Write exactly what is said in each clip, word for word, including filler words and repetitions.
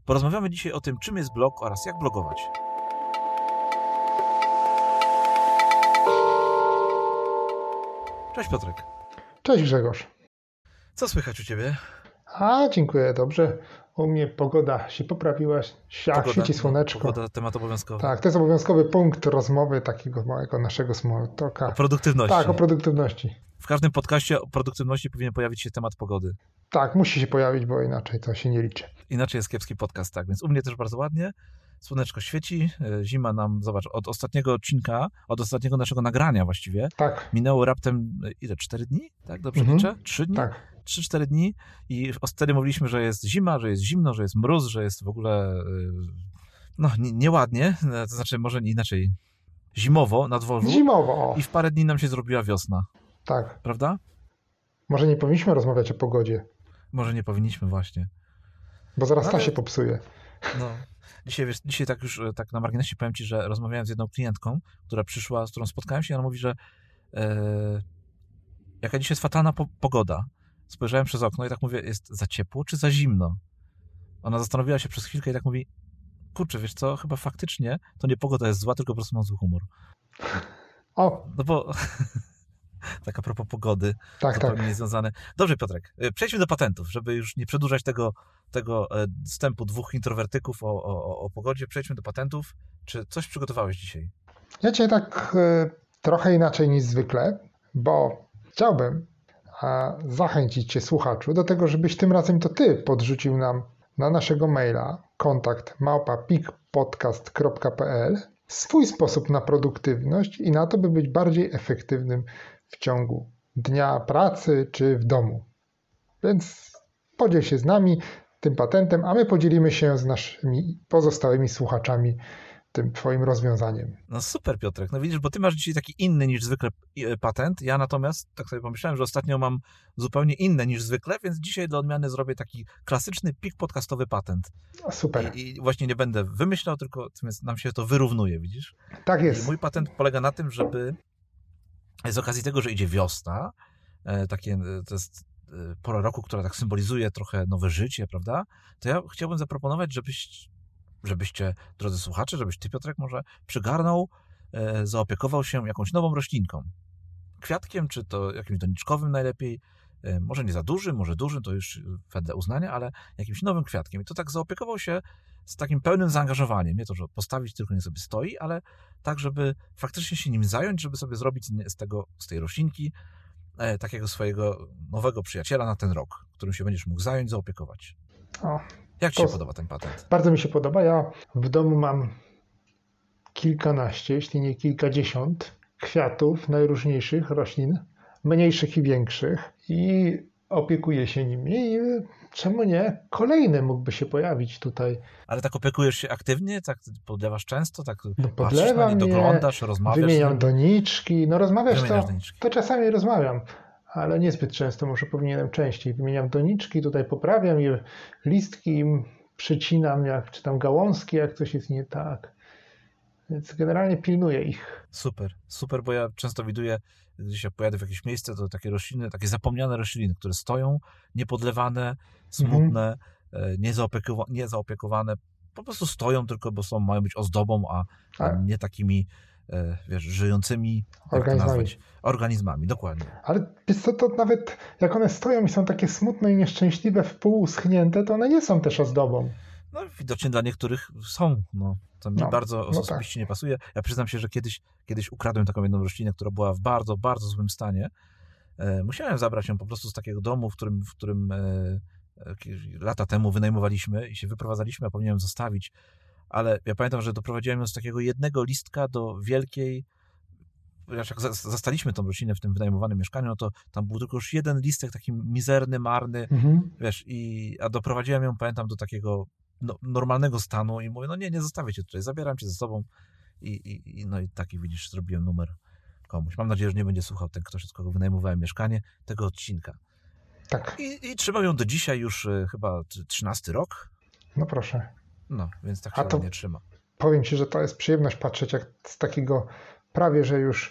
Porozmawiamy dzisiaj o tym, czym jest blog oraz jak blogować. Cześć Piotrek. Cześć Grzegorz. Co słychać u Ciebie? A, dziękuję, dobrze. U mnie pogoda się poprawiła, siach, świeci słoneczko. No, pogoda, temat obowiązkowy. Tak, to jest obowiązkowy punkt rozmowy takiego małego naszego small talka. O produktywności. Tak, o produktywności. W każdym podcaście o produktywności powinien pojawić się temat pogody. Tak, musi się pojawić, bo inaczej to się nie liczy. Inaczej jest kiepski podcast, tak. Więc u mnie też bardzo ładnie. Słoneczko świeci, zima nam, zobacz, od ostatniego odcinka, od ostatniego naszego nagrania właściwie, tak. minęło raptem, ile, cztery dni? Tak, dobrze mhm. liczę? Trzy dni? Tak. Trzy, cztery dni i wtedy mówiliśmy, że jest zima, że jest zimno, że jest mróz, że jest w ogóle no nieładnie, to znaczy może inaczej, zimowo na dworzu. Zimowo. I w parę dni nam się zrobiła wiosna. Tak. Prawda? Może nie powinniśmy rozmawiać o pogodzie. Może nie powinniśmy właśnie. Bo zaraz Ale... ta się popsuje. No. Dzisiaj, wiesz, dzisiaj tak już tak na marginesie powiem Ci, że rozmawiałem z jedną klientką, która przyszła, z którą spotkałem się i ona mówi, że e, jaka dzisiaj jest fatalna po, pogoda. Spojrzałem przez okno i tak mówię, jest za ciepło czy za zimno? Ona zastanowiła się przez chwilkę i tak mówi, kurczę, wiesz co, chyba faktycznie to nie pogoda jest zła, tylko po prostu mam zły humor. O! No bo tak a propos pogody, tak, zupełnie tak. niezwiązane. Dobrze Piotrek, przejdźmy do patentów, żeby już nie przedłużać tego, tego wstępu dwóch introwertyków o, o, o pogodzie. Przejdźmy do patentów. Czy coś przygotowałeś dzisiaj? Ja cię tak y, trochę inaczej niż zwykle, bo chciałbym a, zachęcić cię, słuchaczu, do tego, żebyś tym razem to ty podrzucił nam na naszego maila kontakt małpa pikpodcast kropka p l swój sposób na produktywność i na to, by być bardziej efektywnym w ciągu dnia pracy czy w domu. Więc podziel się z nami tym patentem, a my podzielimy się z naszymi pozostałymi słuchaczami tym twoim rozwiązaniem. No super Piotrek, no widzisz, bo ty masz dzisiaj taki inny niż zwykle patent, ja natomiast tak sobie pomyślałem, że ostatnio mam zupełnie inne niż zwykle, więc dzisiaj do odmiany zrobię taki klasyczny pik podcastowy patent. No, super. I, I właśnie nie będę wymyślał, tylko nam się to wyrównuje, widzisz? Tak jest. I mój patent polega na tym, żeby z okazji tego, że idzie wiosna, takie, to jest pora roku, która tak symbolizuje trochę nowe życie, prawda? To ja chciałbym zaproponować, żebyś, żebyście, drodzy słuchacze, żebyś ty, Piotrek, może przygarnął, e, zaopiekował się jakąś nową roślinką. Kwiatkiem, czy to jakimś doniczkowym najlepiej, e, może nie za dużym, może dużym, to już wedle uznania, ale jakimś nowym kwiatkiem. I to tak zaopiekował się z takim pełnym zaangażowaniem. Nie to, że postawić, tylko nie sobie stoi, ale tak, żeby faktycznie się nim zająć, żeby sobie zrobić z tego, z tej roślinki e, takiego swojego nowego przyjaciela na ten rok, którym się będziesz mógł zająć, zaopiekować. O, Jak ci się podoba ten patent? Bardzo mi się podoba. Ja w domu mam kilkanaście, jeśli nie kilkadziesiąt kwiatów najróżniejszych roślin, mniejszych i większych i opiekuję się nimi i czemu nie? Kolejny mógłby się pojawić tutaj. Ale tak opiekujesz się aktywnie? Tak podlewasz często? Tak no, patrzysz na nie, doglądasz, rozmawiasz? Wymieniam doniczki. No rozmawiasz to, doniczki. to czasami rozmawiam, ale niezbyt często, może powinienem częściej. Wymieniam doniczki, tutaj poprawiam je, listki im przycinam, jak, czy tam gałązki, jak coś jest nie tak. Więc generalnie pilnuję ich. Super, super, bo ja często widuję, gdy się pojadę w jakieś miejsce, to takie rośliny, takie zapomniane rośliny, które stoją, niepodlewane, smutne, mhm. niezaopiekowane, niezaopiekowane, po prostu stoją tylko, bo są, mają być ozdobą, a, a nie takimi, wiesz, żyjącymi organizmami. organizmami, dokładnie. Ale wiesz co, to nawet jak one stoją i są takie smutne i nieszczęśliwe, w pół uschnięte, to one nie są też ozdobą. No widocznie dla niektórych są, no. To mi no, bardzo no osobiście tak. nie pasuje. Ja przyznam się, że kiedyś, kiedyś ukradłem taką jedną roślinę, która była w bardzo, bardzo złym stanie. E, musiałem zabrać ją po prostu z takiego domu, w którym, w którym e, lata temu wynajmowaliśmy i się wyprowadzaliśmy, a powinienem zostawić. Ale ja pamiętam, że doprowadziłem ją z takiego jednego listka do wielkiej... Jak zastaliśmy tą roślinę w tym wynajmowanym mieszkaniu, no to tam był tylko już jeden listek, taki mizerny, marny, mhm. wiesz, i, a doprowadziłem ją, pamiętam, do takiego no, normalnego stanu i mówię, no nie, nie zostawię cię tutaj, zabieram cię ze sobą i, i, i no i taki, widzisz, zrobiłem numer komuś. Mam nadzieję, że nie będzie słuchał ten ktoś, od kogo wynajmowałem mieszkanie, tego odcinka. Tak. I, i trzymam ją do dzisiaj już y, chyba trzynasty rok. No proszę. No, więc tak się to nie trzyma. Powiem ci, że to jest przyjemność patrzeć, jak z takiego prawie, że już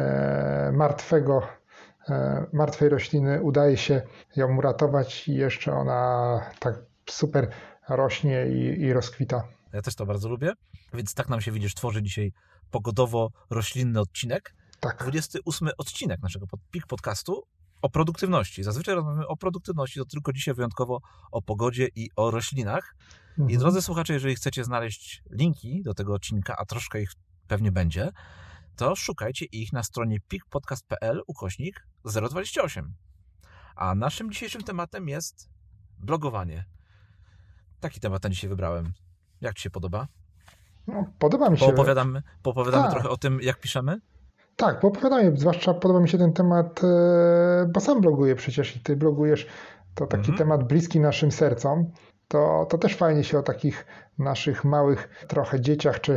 e, martwego, e, martwej rośliny udaje się ją uratować i jeszcze ona tak super rośnie i, i rozkwita. Ja też to bardzo lubię, więc tak nam się, widzisz, tworzy dzisiaj pogodowo-roślinny odcinek. Tak. dwudziesty ósmy odcinek naszego pod, Peak Podcastu o produktywności. Zazwyczaj rozmawiamy o produktywności, to tylko dzisiaj wyjątkowo o pogodzie i o roślinach. Mhm. I drodzy słuchacze, jeżeli chcecie znaleźć linki do tego odcinka, a troszkę ich pewnie będzie, to szukajcie ich na stronie peakpodcast.pl ukośnik zero dwadzieścia osiem. A naszym dzisiejszym tematem jest blogowanie. Taki temat na dzisiaj wybrałem. Jak ci się podoba? No, podoba mi się. Poopowiadamy, poopowiadamy Tak. trochę o tym, jak piszemy? Tak, poopowiadamy. Zwłaszcza podoba mi się ten temat, bo sam bloguję przecież i ty blogujesz. To taki Mhm. temat bliski naszym sercom. To, to też fajnie się o takich naszych małych trochę dzieciach, czy,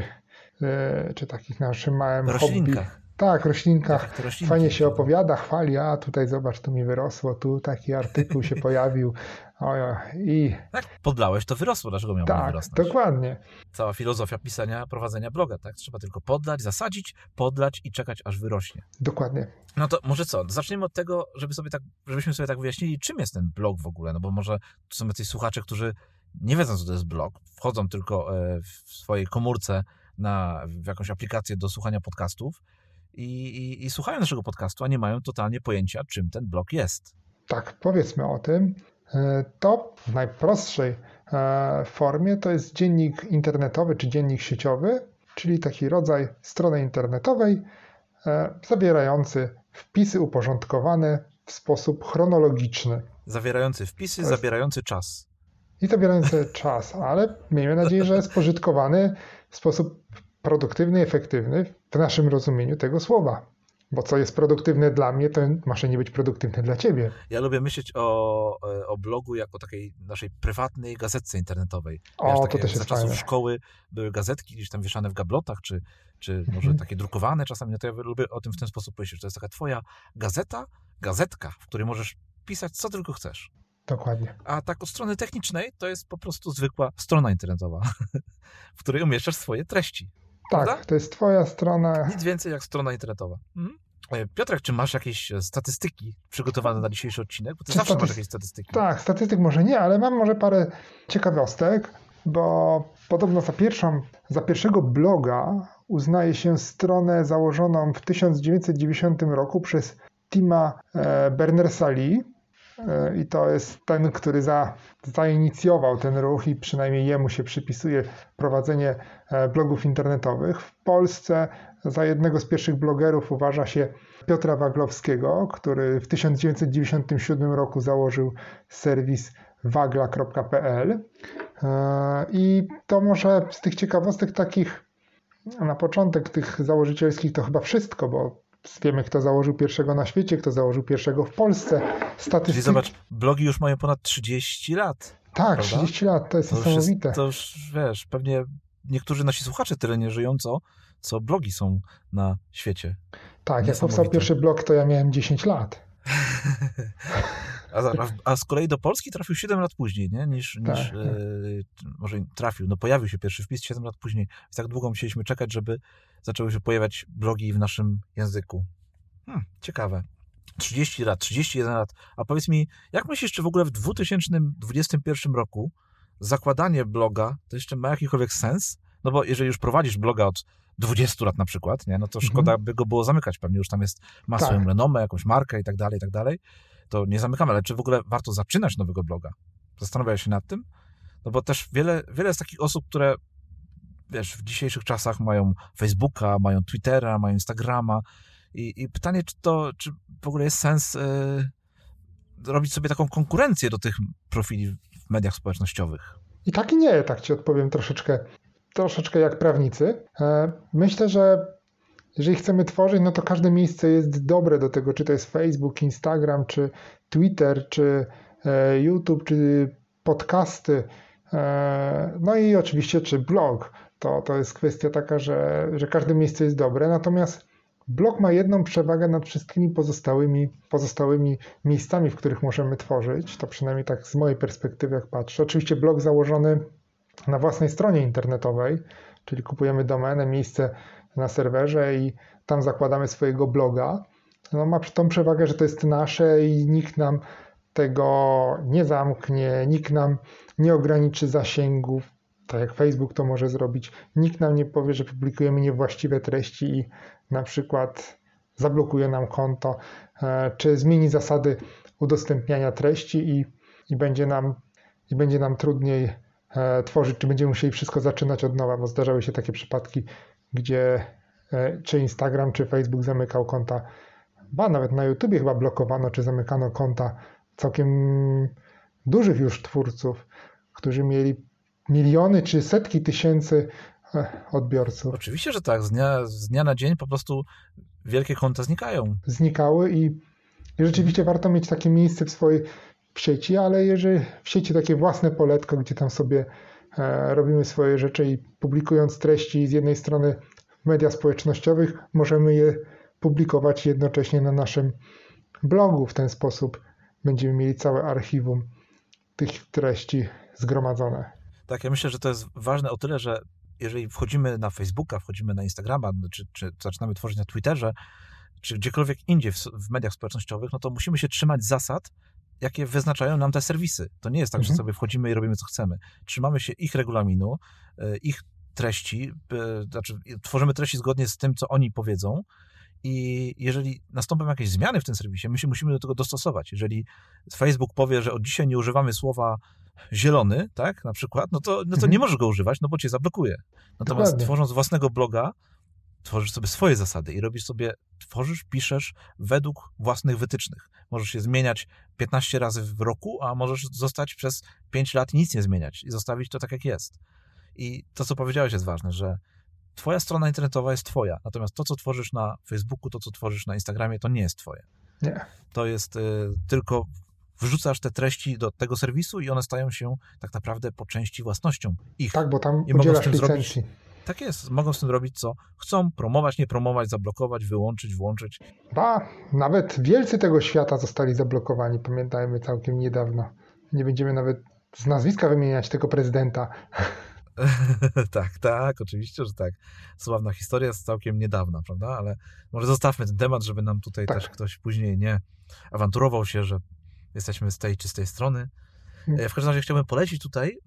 czy takich naszym małym hobby. Roślinkach. Tak, roślinkach. Jak te roślinki. Fajnie się opowiada, chwali, a tutaj zobacz, tu mi wyrosło, tu taki artykuł się pojawił. Ojo, i Tak, podlałeś, to wyrosło. Dlaczego miało nie tak, wyrosnąć? dokładnie. Cała filozofia pisania, prowadzenia bloga, tak? Trzeba tylko podlać, zasadzić, podlać i czekać, aż wyrośnie. Dokładnie. No to może co? Zaczniemy od tego, żeby sobie tak, żebyśmy sobie tak wyjaśnili, czym jest ten blog w ogóle. No bo może tu są jacyś słuchacze, którzy nie wiedzą, co to jest blog. Wchodzą tylko e, w swojej komórce na, w jakąś aplikację do słuchania podcastów i, i, i słuchają naszego podcastu, a nie mają totalnie pojęcia, czym ten blog jest. Tak, powiedzmy o tym. To w najprostszej formie to jest dziennik internetowy czy dziennik sieciowy, czyli taki rodzaj strony internetowej zawierający wpisy uporządkowane w sposób chronologiczny. Zawierający wpisy, jest... zabierający czas. I zabierający czas, ale miejmy nadzieję, że jest spożytkowany w sposób produktywny, efektywny w naszym rozumieniu tego słowa. Bo co jest produktywne dla mnie, to może nie być produktywne dla ciebie. Ja lubię myśleć o, o blogu jako takiej naszej prywatnej gazetce internetowej. O, Wiesz, to takie, też jest za czasów fajne. szkoły były gazetki gdzieś tam wieszane w gablotach, czy, czy może Mhm. takie drukowane czasami. No to ja lubię o tym w ten sposób powiedzieć, że to jest taka twoja gazeta, gazetka, w której możesz pisać co tylko chcesz. Dokładnie. A tak od strony technicznej to jest po prostu zwykła strona internetowa, w której umieszczasz swoje treści. Tak, Prawda? to jest twoja strona. Nic więcej jak strona internetowa. Mhm. Piotrek, czy masz jakieś statystyki przygotowane na dzisiejszy odcinek? Bo ty Czy zawsze statyst- masz jakieś statystyki. Tak, statystyk może nie, ale mam może parę ciekawostek, bo podobno za pierwszą, za pierwszego bloga uznaje się stronę założoną w tysiąc dziewięćset dziewięćdziesiątym roku przez Tima Berners-Lee. I to jest ten, który za, zainicjował ten ruch i przynajmniej jemu się przypisuje prowadzenie blogów internetowych. W Polsce za jednego z pierwszych blogerów uważa się Piotra Waglowskiego, który w tysiąc dziewięćset dziewięćdziesiątym siódmym roku założył serwis wagla kropka pe el. I to może z tych ciekawostek takich na początek tych założycielskich to chyba wszystko, bo wiemy, kto założył pierwszego na świecie, kto założył pierwszego w Polsce. Statystyki... Czyli zobacz, blogi już mają ponad trzydzieści lat. Tak, prawda? trzydzieści lat, to jest to już niesamowite. Jest, to już, wiesz, pewnie niektórzy nasi słuchacze tyle nie żyją, co, co blogi są na świecie. Tak, jak powstał pierwszy blog, to ja miałem dziesięć lat. A, a z kolei do Polski trafił siedem lat później, nie? Niż, tak. niż e, może trafił, no pojawił się pierwszy wpis siedem lat później. Więc tak długo musieliśmy czekać, żeby zaczęły się pojawiać blogi w naszym języku. Hmm, ciekawe. trzydzieści lat, trzydzieści jeden lat. A powiedz mi, jak myślisz, czy w ogóle w dwa tysiące dwudziestym pierwszym roku zakładanie bloga to jeszcze ma jakikolwiek sens? No bo jeżeli już prowadzisz bloga od dwudziestu lat na przykład, nie? No to szkoda mhm. by go było zamykać. Pewnie już tam jest ma swoją tak. renomę, jakąś markę i tak dalej, i tak dalej. To nie zamykamy, ale czy w ogóle warto zaczynać nowego bloga? Zastanawiałeś się nad tym? No bo też wiele, wiele jest takich osób, które wiesz, w dzisiejszych czasach mają Facebooka, mają Twittera, mają Instagrama i, i pytanie, czy to, czy w ogóle jest sens yy, robić sobie taką konkurencję do tych profili w mediach społecznościowych? I tak i nie, tak ci odpowiem troszeczkę, troszeczkę jak prawnicy. Myślę, że jeżeli chcemy tworzyć, no to każde miejsce jest dobre do tego, czy to jest Facebook, Instagram, czy Twitter, czy YouTube, czy podcasty, no i oczywiście czy blog. To, to jest kwestia taka, że, że każde miejsce jest dobre, natomiast blog ma jedną przewagę nad wszystkimi pozostałymi, pozostałymi miejscami, w których możemy tworzyć. To przynajmniej tak z mojej perspektywy, jak patrzę. Oczywiście blog założony na własnej stronie internetowej, czyli kupujemy domenę, miejsce na serwerze i tam zakładamy swojego bloga. No ma tą przewagę, że to jest nasze i nikt nam tego nie zamknie, nikt nam nie ograniczy zasięgów, tak jak Facebook to może zrobić. Nikt nam nie powie, że publikujemy niewłaściwe treści i na przykład zablokuje nam konto, czy zmieni zasady udostępniania treści i, i, będzie, nam, i będzie nam trudniej tworzyć, czy będziemy musieli wszystko zaczynać od nowa, bo zdarzały się takie przypadki, gdzie czy Instagram, czy Facebook zamykał konta, ba, nawet na YouTubie chyba blokowano, czy zamykano konta całkiem dużych już twórców, którzy mieli miliony, czy setki tysięcy odbiorców. Oczywiście, że tak. Z dnia, z dnia na dzień po prostu wielkie konta znikają. Znikały i, i rzeczywiście warto mieć takie miejsce w swojej w sieci, ale jeżeli w sieci takie własne poletko, gdzie tam sobie e, robimy swoje rzeczy i publikując treści z jednej strony w mediach społecznościowych, możemy je publikować jednocześnie na naszym blogu. W ten sposób będziemy mieli całe archiwum tych treści zgromadzone. Tak, ja myślę, że to jest ważne o tyle, że jeżeli wchodzimy na Facebooka, wchodzimy na Instagrama, czy, czy zaczynamy tworzyć na Twitterze, czy gdziekolwiek indziej w, w mediach społecznościowych, no to musimy się trzymać zasad, jakie wyznaczają nam te serwisy. To nie jest tak, mhm. że sobie wchodzimy i robimy, co chcemy. Trzymamy się ich regulaminu, ich treści, znaczy tworzymy treści zgodnie z tym, co oni powiedzą i jeżeli nastąpią jakieś zmiany w tym serwisie, my się musimy do tego dostosować. Jeżeli Facebook powie, że od dzisiaj nie używamy słowa zielony, tak, na przykład, no to, no to mhm. nie możesz go używać, no bo cię zablokuje. Natomiast Dokładnie. Tworząc własnego bloga, tworzysz sobie swoje zasady i robisz sobie, tworzysz, piszesz według własnych wytycznych. Możesz je zmieniać piętnaście razy w roku, a możesz zostać przez pięć lat i nic nie zmieniać i zostawić to tak, jak jest. I to, co powiedziałeś, jest ważne, że twoja strona internetowa jest twoja, natomiast to, co tworzysz na Facebooku, to, co tworzysz na Instagramie, to nie jest twoje. Nie. To jest y, tylko wrzucasz te treści do tego serwisu i one stają się tak naprawdę po części własnością ich. Tak, bo tam udzielasz licencji. Zrobić, tak jest, mogą z tym robić, co chcą, promować, nie promować, zablokować, wyłączyć, włączyć. Ba, nawet wielcy tego świata zostali zablokowani, pamiętajmy, całkiem niedawno. Nie będziemy nawet z nazwiska wymieniać tego prezydenta. tak, tak, oczywiście, że tak. Sławna historia jest całkiem niedawna, prawda? Ale może zostawmy ten temat, żeby nam tutaj tak. też ktoś później nie awanturował się, że jesteśmy z tej czy z tej strony. W każdym razie chciałbym polecić tutaj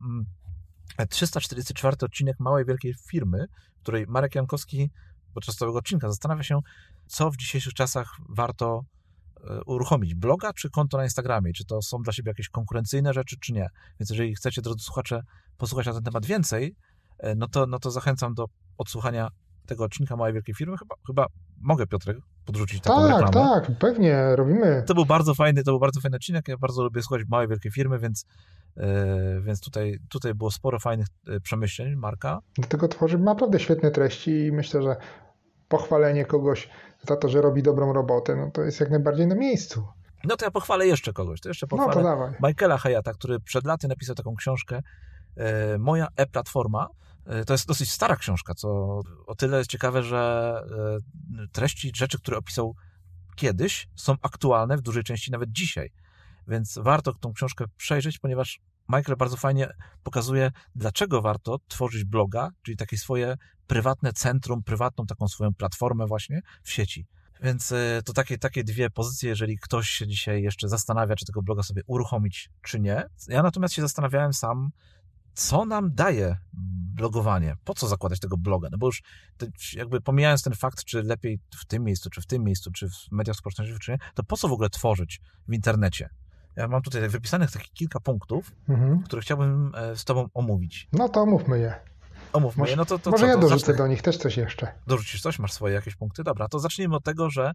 trzysta czterdziesty czwarty odcinek Małej Wielkiej Firmy, w której Marek Jankowski podczas całego odcinka zastanawia się, co w dzisiejszych czasach warto uruchomić. Bloga czy konto na Instagramie? Czy to są dla siebie jakieś konkurencyjne rzeczy, czy nie? Więc jeżeli chcecie, drodzy słuchacze, posłuchać na ten temat więcej, no to, no to zachęcam do odsłuchania tego odcinka Małej Wielkiej Firmy. Chyba, chyba mogę, Piotrek, podrzucić taką tak, reklamę. Tak, tak, pewnie, robimy. To był bardzo fajny, to był bardzo fajny odcinek. Ja bardzo lubię słuchać Małej Wielkiej Firmy, więc, yy, więc tutaj, tutaj było sporo fajnych przemyśleń Marka. Dlatego tworzy naprawdę świetne treści i myślę, że pochwalenie kogoś za to, że robi dobrą robotę, no to jest jak najbardziej na miejscu. No to ja pochwalę jeszcze kogoś. To jeszcze pochwalę no to dawaj. Michaela Hayata, który przed laty napisał taką książkę yy, Moja e-platforma. Yy, to jest dosyć stara książka, co o tyle jest ciekawe, że yy, treści, rzeczy, które opisał kiedyś, są aktualne w dużej części nawet dzisiaj. Więc warto tą książkę przejrzeć, ponieważ Michael bardzo fajnie pokazuje, dlaczego warto tworzyć bloga, czyli takie swoje prywatne centrum, prywatną taką swoją platformę właśnie w sieci. Więc to takie, takie dwie pozycje, jeżeli ktoś się dzisiaj jeszcze zastanawia, czy tego bloga sobie uruchomić, czy nie. Ja natomiast się zastanawiałem sam, co nam daje blogowanie? Po co zakładać tego bloga? No bo już jakby pomijając ten fakt, czy lepiej w tym miejscu, czy w tym miejscu, czy w mediach społecznościowych, czy nie, to po co w ogóle tworzyć w internecie? Ja mam tutaj wypisanych takich kilka punktów, mhm. które chciałbym z tobą omówić. No to omówmy je. Omówmy może, je. No to, to może co, ja to dorzucę zacznę... do nich też coś jeszcze. Dorzucisz coś? Masz swoje jakieś punkty? Dobra, to zacznijmy od tego, że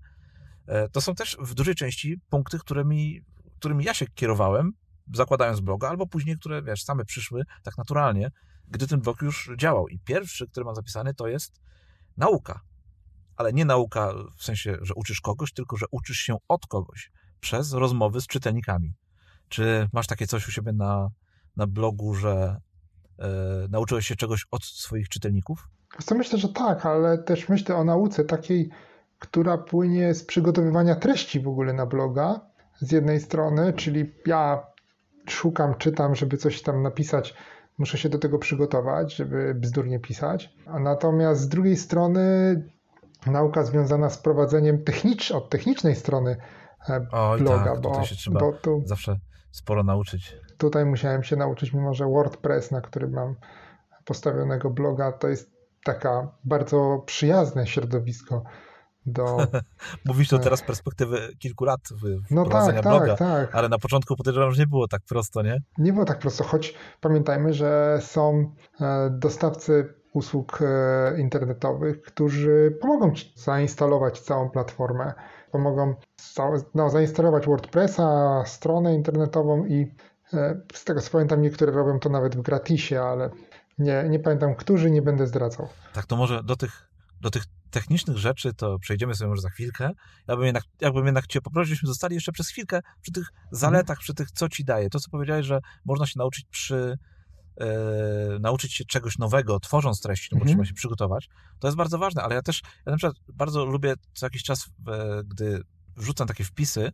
to są też w dużej części punkty, którymi, którymi ja się kierowałem, zakładając bloga, albo później, które, wiesz, same przyszły tak naturalnie, gdy ten blog już działał. I pierwszy, który mam zapisany, to jest nauka. Ale nie nauka w sensie, że uczysz kogoś, tylko że uczysz się od kogoś przez rozmowy z czytelnikami. Czy masz takie coś u siebie na, na blogu, że e, nauczyłeś się czegoś od swoich czytelników? Co myślę, że tak, ale też myślę o nauce takiej, która płynie z przygotowywania treści w ogóle na bloga. Z jednej strony, czyli ja szukam, czytam, żeby coś tam napisać, muszę się do tego przygotować, żeby bzdurnie pisać. A natomiast z drugiej strony nauka związana z prowadzeniem technicz- od technicznej strony Oj, bloga, tak, bo, tutaj się trzeba bo tu, zawsze sporo nauczyć. Tutaj musiałem się nauczyć, mimo że WordPress, na którym mam postawionego bloga, to jest taka bardzo przyjazne środowisko do... Mówisz to teraz z perspektywy kilku lat no wprowadzenia tak, bloga, tak, tak. ale na początku podejrzewam, że nie było tak prosto, nie? Nie było tak prosto, choć pamiętajmy, że są dostawcy usług internetowych, którzy pomogą ci zainstalować całą platformę, pomogą no, zainstalować WordPressa, stronę internetową i z tego co pamiętam, niektóre robią to nawet w gratisie, ale nie, nie pamiętam, którzy, nie będę zdradzał. Tak, to może do tych, do tych technicznych rzeczy to przejdziemy sobie może za chwilkę. Ja bym jednak, jakbym jednak cię poprosił, żebyśmy zostali jeszcze przez chwilkę przy tych zaletach, przy tych, co ci daje. To, co powiedziałeś, że można się nauczyć przy e, nauczyć się czegoś nowego, tworząc treści, no bo Mhm. trzeba się przygotować. To jest bardzo ważne, ale ja też, ja na przykład bardzo lubię co jakiś czas, e, gdy wrzucam takie wpisy,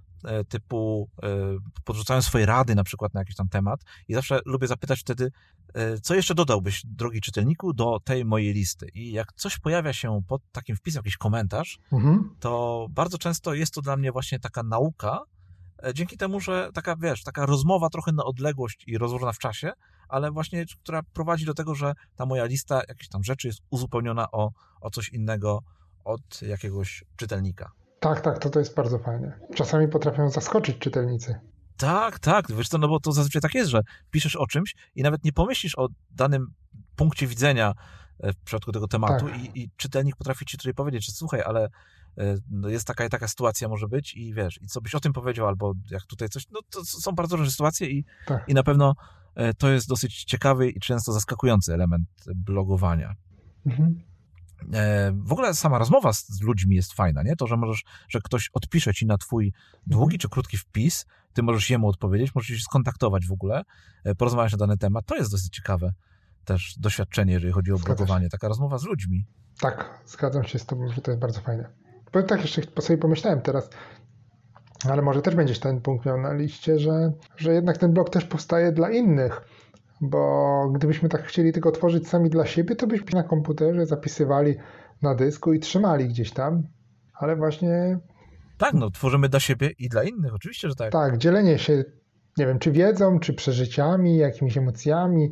typu podrzucają swoje rady na przykład na jakiś tam temat i zawsze lubię zapytać wtedy, co jeszcze dodałbyś, drogi czytelniku, do tej mojej listy. I jak coś pojawia się pod takim wpisem, jakiś komentarz, Mhm. to bardzo często jest to dla mnie właśnie taka nauka, dzięki temu, że taka, wiesz, taka rozmowa trochę na odległość i rozłożona w czasie, ale właśnie, która prowadzi do tego, że ta moja lista jakichś tam rzeczy jest uzupełniona o, o coś innego od jakiegoś czytelnika. Tak, tak, to, to jest bardzo fajne. Czasami potrafią zaskoczyć czytelnicy. Tak, tak, wiesz co, no bo to zazwyczaj tak jest, że piszesz o czymś i nawet nie pomyślisz o danym punkcie widzenia w przypadku tego tematu Tak. i, i czytelnik potrafi ci tutaj powiedzieć, że słuchaj, ale no jest taka i taka sytuacja może być i wiesz, i co byś o tym powiedział, albo jak tutaj coś, no to są bardzo różne sytuacje i, Tak. i na pewno to jest dosyć ciekawy i często zaskakujący element blogowania. Mhm. W ogóle sama rozmowa z ludźmi jest fajna, nie? To, że możesz, że ktoś odpisze ci na twój długi czy krótki wpis, ty możesz jemu odpowiedzieć, możesz się skontaktować w ogóle, porozmawiać na dany temat. To jest dosyć ciekawe też doświadczenie, jeżeli chodzi o blogowanie. Taka rozmowa z ludźmi. Tak, zgadzam się z tobą, że to jest bardzo fajne. Bo tak jeszcze sobie pomyślałem teraz, ale może też będziesz ten punkt miał na liście, że, że jednak ten blog też powstaje dla innych. Bo gdybyśmy tak chcieli tylko tworzyć sami dla siebie, to byśmy na komputerze zapisywali na dysku i trzymali gdzieś tam, ale właśnie... Tak, no tworzymy dla siebie i dla innych, oczywiście, że tak. Tak, dzielenie się, nie wiem, czy wiedzą, czy przeżyciami, jakimiś emocjami,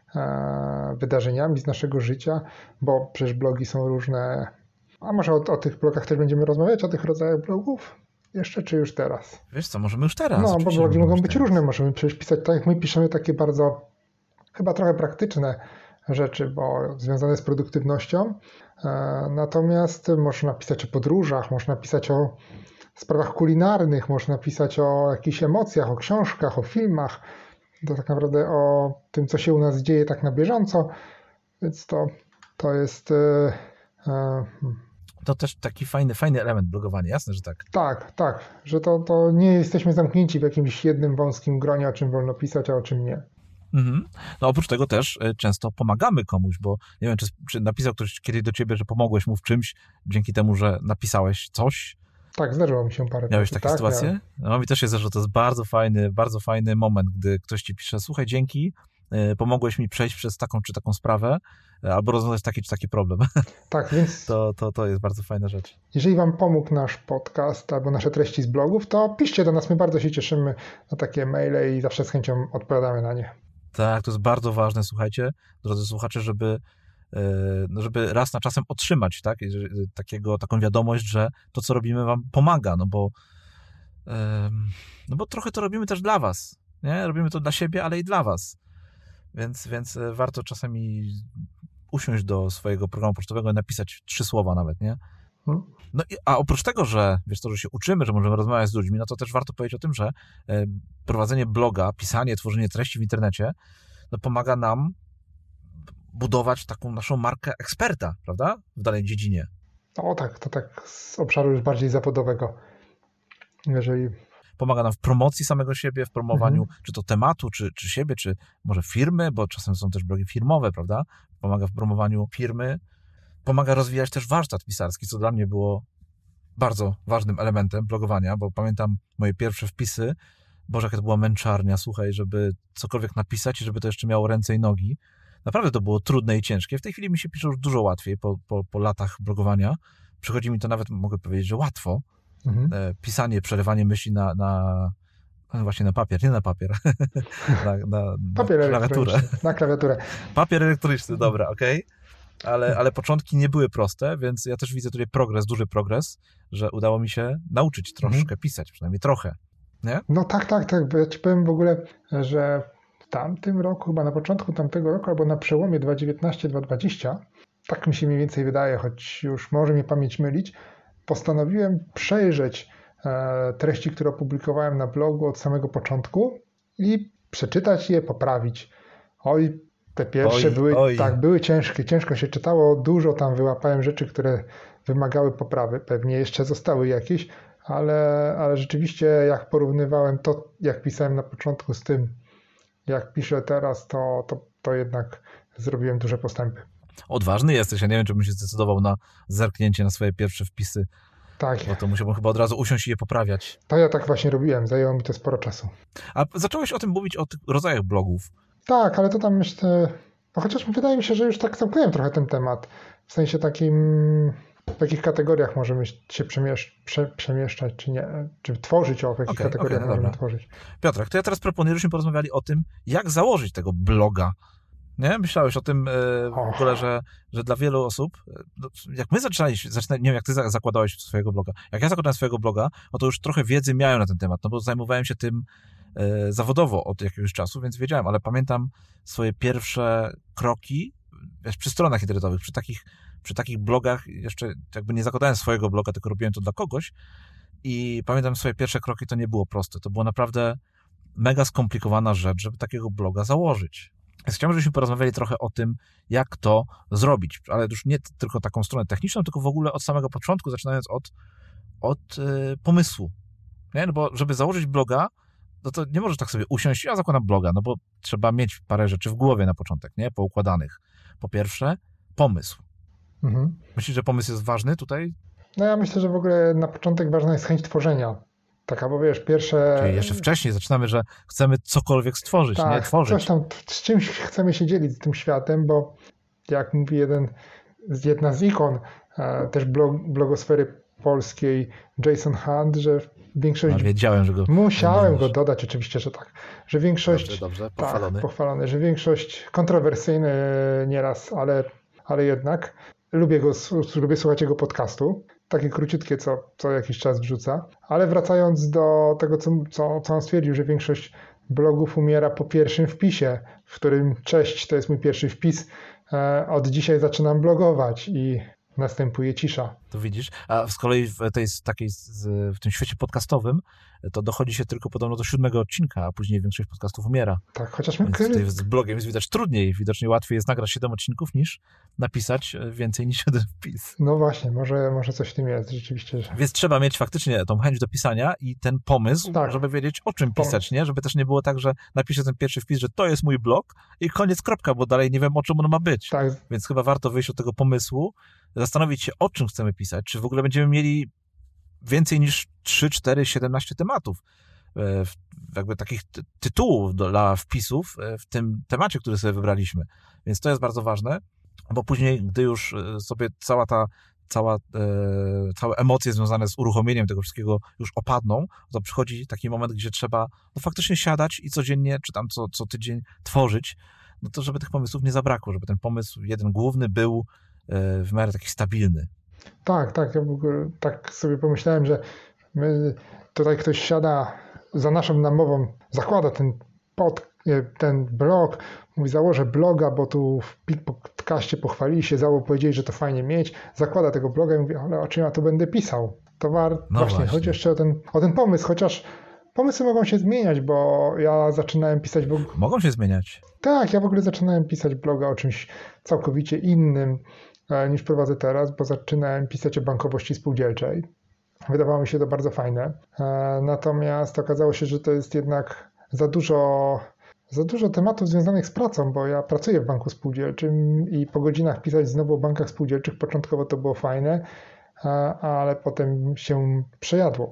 e, wydarzeniami z naszego życia, bo przecież blogi są różne, a może o, o tych blogach też będziemy rozmawiać, o tych rodzajach blogów? Jeszcze, czy już teraz? Wiesz co, możemy już teraz. No, bo blogi mogą być teraz. różne, możemy przecież pisać tak, jak my piszemy, takie bardzo... chyba trochę praktyczne rzeczy, bo związane z produktywnością. Natomiast można pisać o podróżach, można pisać o sprawach kulinarnych, można pisać o jakichś emocjach, o książkach, o filmach. To tak naprawdę o tym, co się u nas dzieje tak na bieżąco. Więc to, to jest... To też taki fajny, fajny element blogowania, jasne, że tak. Tak, tak, że to, to nie jesteśmy zamknięci w jakimś jednym wąskim gronie, o czym wolno pisać, a o czym nie. Mhm. No oprócz tego też często pomagamy komuś, bo nie wiem, czy, czy napisał ktoś kiedyś do ciebie, że pomogłeś mu w czymś dzięki temu, że napisałeś coś. Tak, zdarzyło mi się parę razy. Miałeś takie tak, sytuacje? Miałem. No mi też się zdarzyło, to jest bardzo fajny, bardzo fajny moment, gdy ktoś ci pisze, słuchaj, dzięki, pomogłeś mi przejść przez taką czy taką sprawę, albo rozwiązać taki czy taki problem. Tak, więc... To, to, to jest bardzo fajna rzecz. Jeżeli wam pomógł nasz podcast albo nasze treści z blogów, to piszcie do nas, my bardzo się cieszymy na takie maile i zawsze z chęcią odpowiadamy na nie. Tak, to jest bardzo ważne, słuchajcie, drodzy słuchacze, żeby, żeby raz na czasem otrzymać tak, takiego, taką wiadomość, że to, co robimy, wam pomaga, no bo, no bo trochę to robimy też dla was, nie? Robimy to dla siebie, ale i dla was, więc, więc warto czasami usiąść do swojego programu pocztowego i napisać trzy słowa nawet, nie? No i, a oprócz tego, że wiesz to, że się uczymy, że możemy rozmawiać z ludźmi, no to też warto powiedzieć o tym, że e, prowadzenie bloga, pisanie, tworzenie treści w internecie, no pomaga nam budować taką naszą markę eksperta, prawda? W danej dziedzinie. O tak, to tak z obszaru już bardziej zawodowego. Jeżeli... Pomaga nam w promocji samego siebie, w promowaniu mhm. czy to tematu, czy, czy siebie, czy może firmy, bo czasem są też blogi firmowe, prawda? Pomaga w promowaniu firmy. Pomaga rozwijać też warsztat pisarski, co dla mnie było bardzo ważnym elementem blogowania, bo pamiętam moje pierwsze wpisy, Boże, jaka to była męczarnia, słuchaj, żeby cokolwiek napisać i żeby to jeszcze miało ręce i nogi. Naprawdę to było trudne i ciężkie. W tej chwili mi się pisze już dużo łatwiej po, po, po latach blogowania. Przychodzi mi to nawet, mogę powiedzieć, że łatwo. mhm. e, pisanie, przerywanie myśli na, na no właśnie na papier, nie na papier. na, na, papier na klawiaturę. Na klawiaturę. Papier elektroniczny, dobra, okej. Okay. Ale, ale początki nie były proste, więc ja też widzę tutaj progres, duży progres, że udało mi się nauczyć troszkę mhm. pisać, przynajmniej trochę. Nie? No tak, tak, tak. Bo ja ci powiem w ogóle, że w tamtym roku, chyba na początku tamtego roku, albo na przełomie dwa tysiące dziewiętnasty dwa tysiące dwudziesty, tak mi się mniej więcej wydaje, choć już może mnie pamięć mylić, postanowiłem przejrzeć e, treści, które opublikowałem na blogu od samego początku i przeczytać je, poprawić. Oj, te pierwsze oj, były, oj. tak, były ciężkie, ciężko się czytało, dużo tam wyłapałem rzeczy, które wymagały poprawy, pewnie jeszcze zostały jakieś, ale, ale rzeczywiście jak porównywałem to, jak pisałem na początku z tym, jak piszę teraz, to, to, to jednak zrobiłem duże postępy. Odważny jesteś, ja nie wiem, czy bym się zdecydował na zerknięcie na swoje pierwsze wpisy, tak. Bo to musiałbym chyba od razu usiąść i je poprawiać. To ja tak właśnie robiłem, zajęło mi to sporo czasu. A zacząłeś o tym mówić, o tych rodzajach blogów. Tak, ale to tam myślę, no chociaż wydaje mi się, że już tak zamknąłem trochę ten temat, w sensie takim, w jakich kategoriach możemy się przemieszczać, prze, przemieszczać, czy nie, czy tworzyć, o w jakich okay, kategoriach okay, no możemy dobra. tworzyć. Piotrek, to ja teraz proponuję, żebyśmy porozmawiali o tym, jak założyć tego bloga. Nie? Myślałeś o tym w ogóle, że, że dla wielu osób, jak my zaczynaliśmy, zaczyna, nie wiem, jak ty zakładałeś swojego bloga, jak ja zakładałem swojego bloga, no to już trochę wiedzy miałem na ten temat, no bo zajmowałem się tym e, zawodowo od jakiegoś czasu, więc wiedziałem, ale pamiętam swoje pierwsze kroki, wiesz, przy stronach internetowych, przy takich, przy takich blogach, jeszcze jakby nie zakładałem swojego bloga, tylko robiłem to dla kogoś i pamiętam swoje pierwsze kroki, to nie było proste, to było naprawdę mega skomplikowana rzecz, żeby takiego bloga założyć. Więc chciałbym, żebyśmy porozmawiali trochę o tym, jak to zrobić, ale już nie tylko taką stronę techniczną, tylko w ogóle od samego początku, zaczynając od, od yy, pomysłu. Nie? No bo żeby założyć bloga, no to nie możesz tak sobie usiąść, ja zakładam bloga, no bo trzeba mieć parę rzeczy w głowie na początek, nie? Poukładanych. Po pierwsze, pomysł. Mhm. Myślisz, że pomysł jest ważny tutaj? No ja myślę, że w ogóle na początek ważna jest chęć tworzenia. Taka, bo wiesz, pierwsze... Czyli jeszcze wcześniej zaczynamy, że chcemy cokolwiek stworzyć, tak, nie? Tworzyć. Coś tam, z czymś chcemy się dzielić z tym światem, bo jak mówi jeden, jedna z ikon e, też blog, blogosfery polskiej, Jason Hunt, że większość... No, wiedziałem, że go... Musiałem go dodać, oczywiście, że tak. Że większość... Dobrze, dobrze, pochwalony. Tak, pochwalony, że większość kontrowersyjny nieraz, ale, ale jednak lubię go, lubię słuchać jego podcastu. Takie króciutkie, co, co jakiś czas wrzuca. Ale wracając do tego, co, co, co on stwierdził, że większość blogów umiera po pierwszym wpisie, w którym cześć, to jest mój pierwszy wpis, e, od dzisiaj zaczynam blogować i następuje cisza. To widzisz, a z kolei w, tej, takiej, w tym świecie podcastowym to dochodzi się tylko podobno do siódmego odcinka, a później większość podcastów umiera. Tak, chociaż my... Więc tutaj z blogiem jest widać trudniej, widocznie łatwiej jest nagrać siedem odcinków niż napisać więcej niż jeden wpis. No właśnie, może, może coś w tym jest rzeczywiście. Że... Więc trzeba mieć faktycznie tą chęć do pisania i ten pomysł, tak. żeby wiedzieć, o czym pisać, nie? Żeby też nie było tak, że napiszę ten pierwszy wpis, że to jest mój blog i koniec, kropka, bo dalej nie wiem, o czym on ma być. Tak. Więc chyba warto wyjść od tego pomysłu, zastanowić się, o czym chcemy pisać, czy w ogóle będziemy mieli więcej niż trzy, cztery, siedemnaście tematów, jakby takich tytułów dla wpisów w tym temacie, który sobie wybraliśmy. Więc to jest bardzo ważne, bo później, gdy już sobie cała ta, cała, e, całe emocje związane z uruchomieniem tego wszystkiego już opadną, to przychodzi taki moment, gdzie trzeba no, faktycznie siadać i codziennie, czy tam co, co tydzień tworzyć, no to żeby tych pomysłów nie zabrakło, żeby ten pomysł jeden główny był e, w miarę taki stabilny. Tak, tak, ja w ogóle tak sobie pomyślałem, że my, tutaj ktoś siada za naszą namową, zakłada ten pod, ten blog, mówi założę bloga, bo tu w podcaście pochwalili się, zało powiedzieli, że to fajnie mieć, zakłada tego bloga i mówi, ale o czym ja tu będę pisał? To war... no właśnie, właśnie, chodzi jeszcze o ten, o ten pomysł, chociaż pomysły mogą się zmieniać, bo ja zaczynałem pisać... Blog... Mogą się zmieniać. Tak, ja w ogóle zaczynałem pisać bloga o czymś całkowicie innym niż prowadzę teraz, bo zaczynałem pisać o bankowości spółdzielczej. Wydawało mi się to bardzo fajne. Natomiast okazało się, że to jest jednak za dużo, za dużo tematów związanych z pracą, bo ja pracuję w banku spółdzielczym i po godzinach pisać znowu o bankach spółdzielczych, początkowo to było fajne, ale potem się przejadło.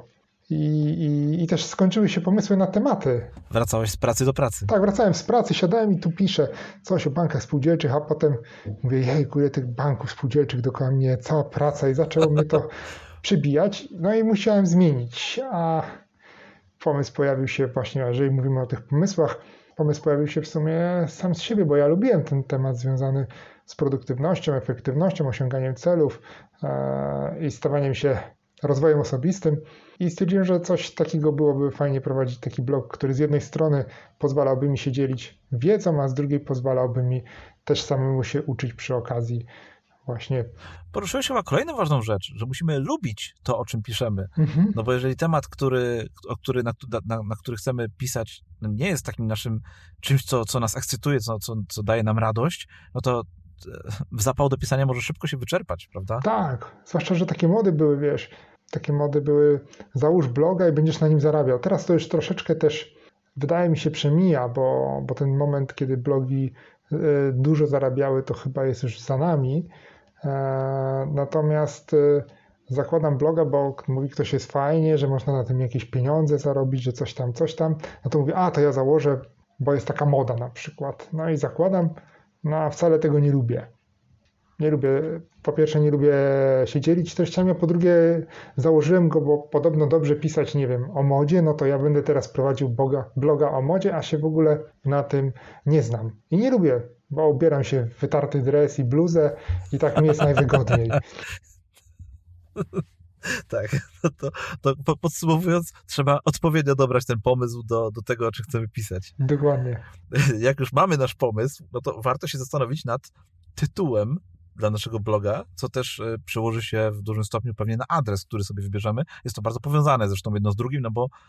I, i, I też skończyły się pomysły na tematy. Wracałeś z pracy do pracy. Tak, wracałem z pracy, siadałem i tu piszę coś o bankach spółdzielczych, a potem mówię, jejku, ile tych banków spółdzielczych dookoła mnie, cała praca i zaczęło mnie to przybijać. No i musiałem zmienić, a pomysł pojawił się właśnie, jeżeli mówimy o tych pomysłach, pomysł pojawił się w sumie sam z siebie, bo ja lubiłem ten temat związany z produktywnością, efektywnością, osiąganiem celów e, i stawaniem się rozwojem osobistym i stwierdziłem, że coś takiego byłoby fajnie prowadzić, taki blog, który z jednej strony pozwalałby mi się dzielić wiedzą, a z drugiej pozwalałby mi też samemu się uczyć przy okazji właśnie. Poruszyłeś chyba kolejną ważną rzecz, że musimy lubić to, o czym piszemy. Mhm. No bo jeżeli temat, który, o który, na, na, na który chcemy pisać, nie jest takim naszym czymś, co, co nas ekscytuje, co, co, co daje nam radość, no to zapał do pisania może szybko się wyczerpać, prawda? Tak, zwłaszcza, że takie mody były, wiesz, takie mody były, załóż bloga i będziesz na nim zarabiał. Teraz to już troszeczkę też, wydaje mi się, przemija, bo, bo ten moment, kiedy blogi y, dużo zarabiały, to chyba jest już za nami. E, natomiast y, zakładam bloga, bo mówi ktoś, jest fajnie, że można na tym jakieś pieniądze zarobić, że coś tam, coś tam. No to mówię, a to ja założę, bo jest taka moda na przykład. No i zakładam, no a wcale tego nie lubię. Nie lubię, po pierwsze nie lubię się dzielić treściami, a po drugie założyłem go, bo podobno dobrze pisać, nie wiem, o modzie, no to ja będę teraz prowadził bloga, bloga o modzie, a się w ogóle na tym nie znam. I nie lubię, bo ubieram się w wytarty dres i bluzę i tak mi jest najwygodniej. Tak, to, to, to podsumowując, trzeba odpowiednio dobrać ten pomysł do, do tego, o czym chcemy pisać. Dokładnie. Jak już mamy nasz pomysł, no to warto się zastanowić nad tytułem dla naszego bloga, co też przełoży się w dużym stopniu pewnie na adres, który sobie wybierzemy. Jest to bardzo powiązane zresztą jedno z drugim, no bo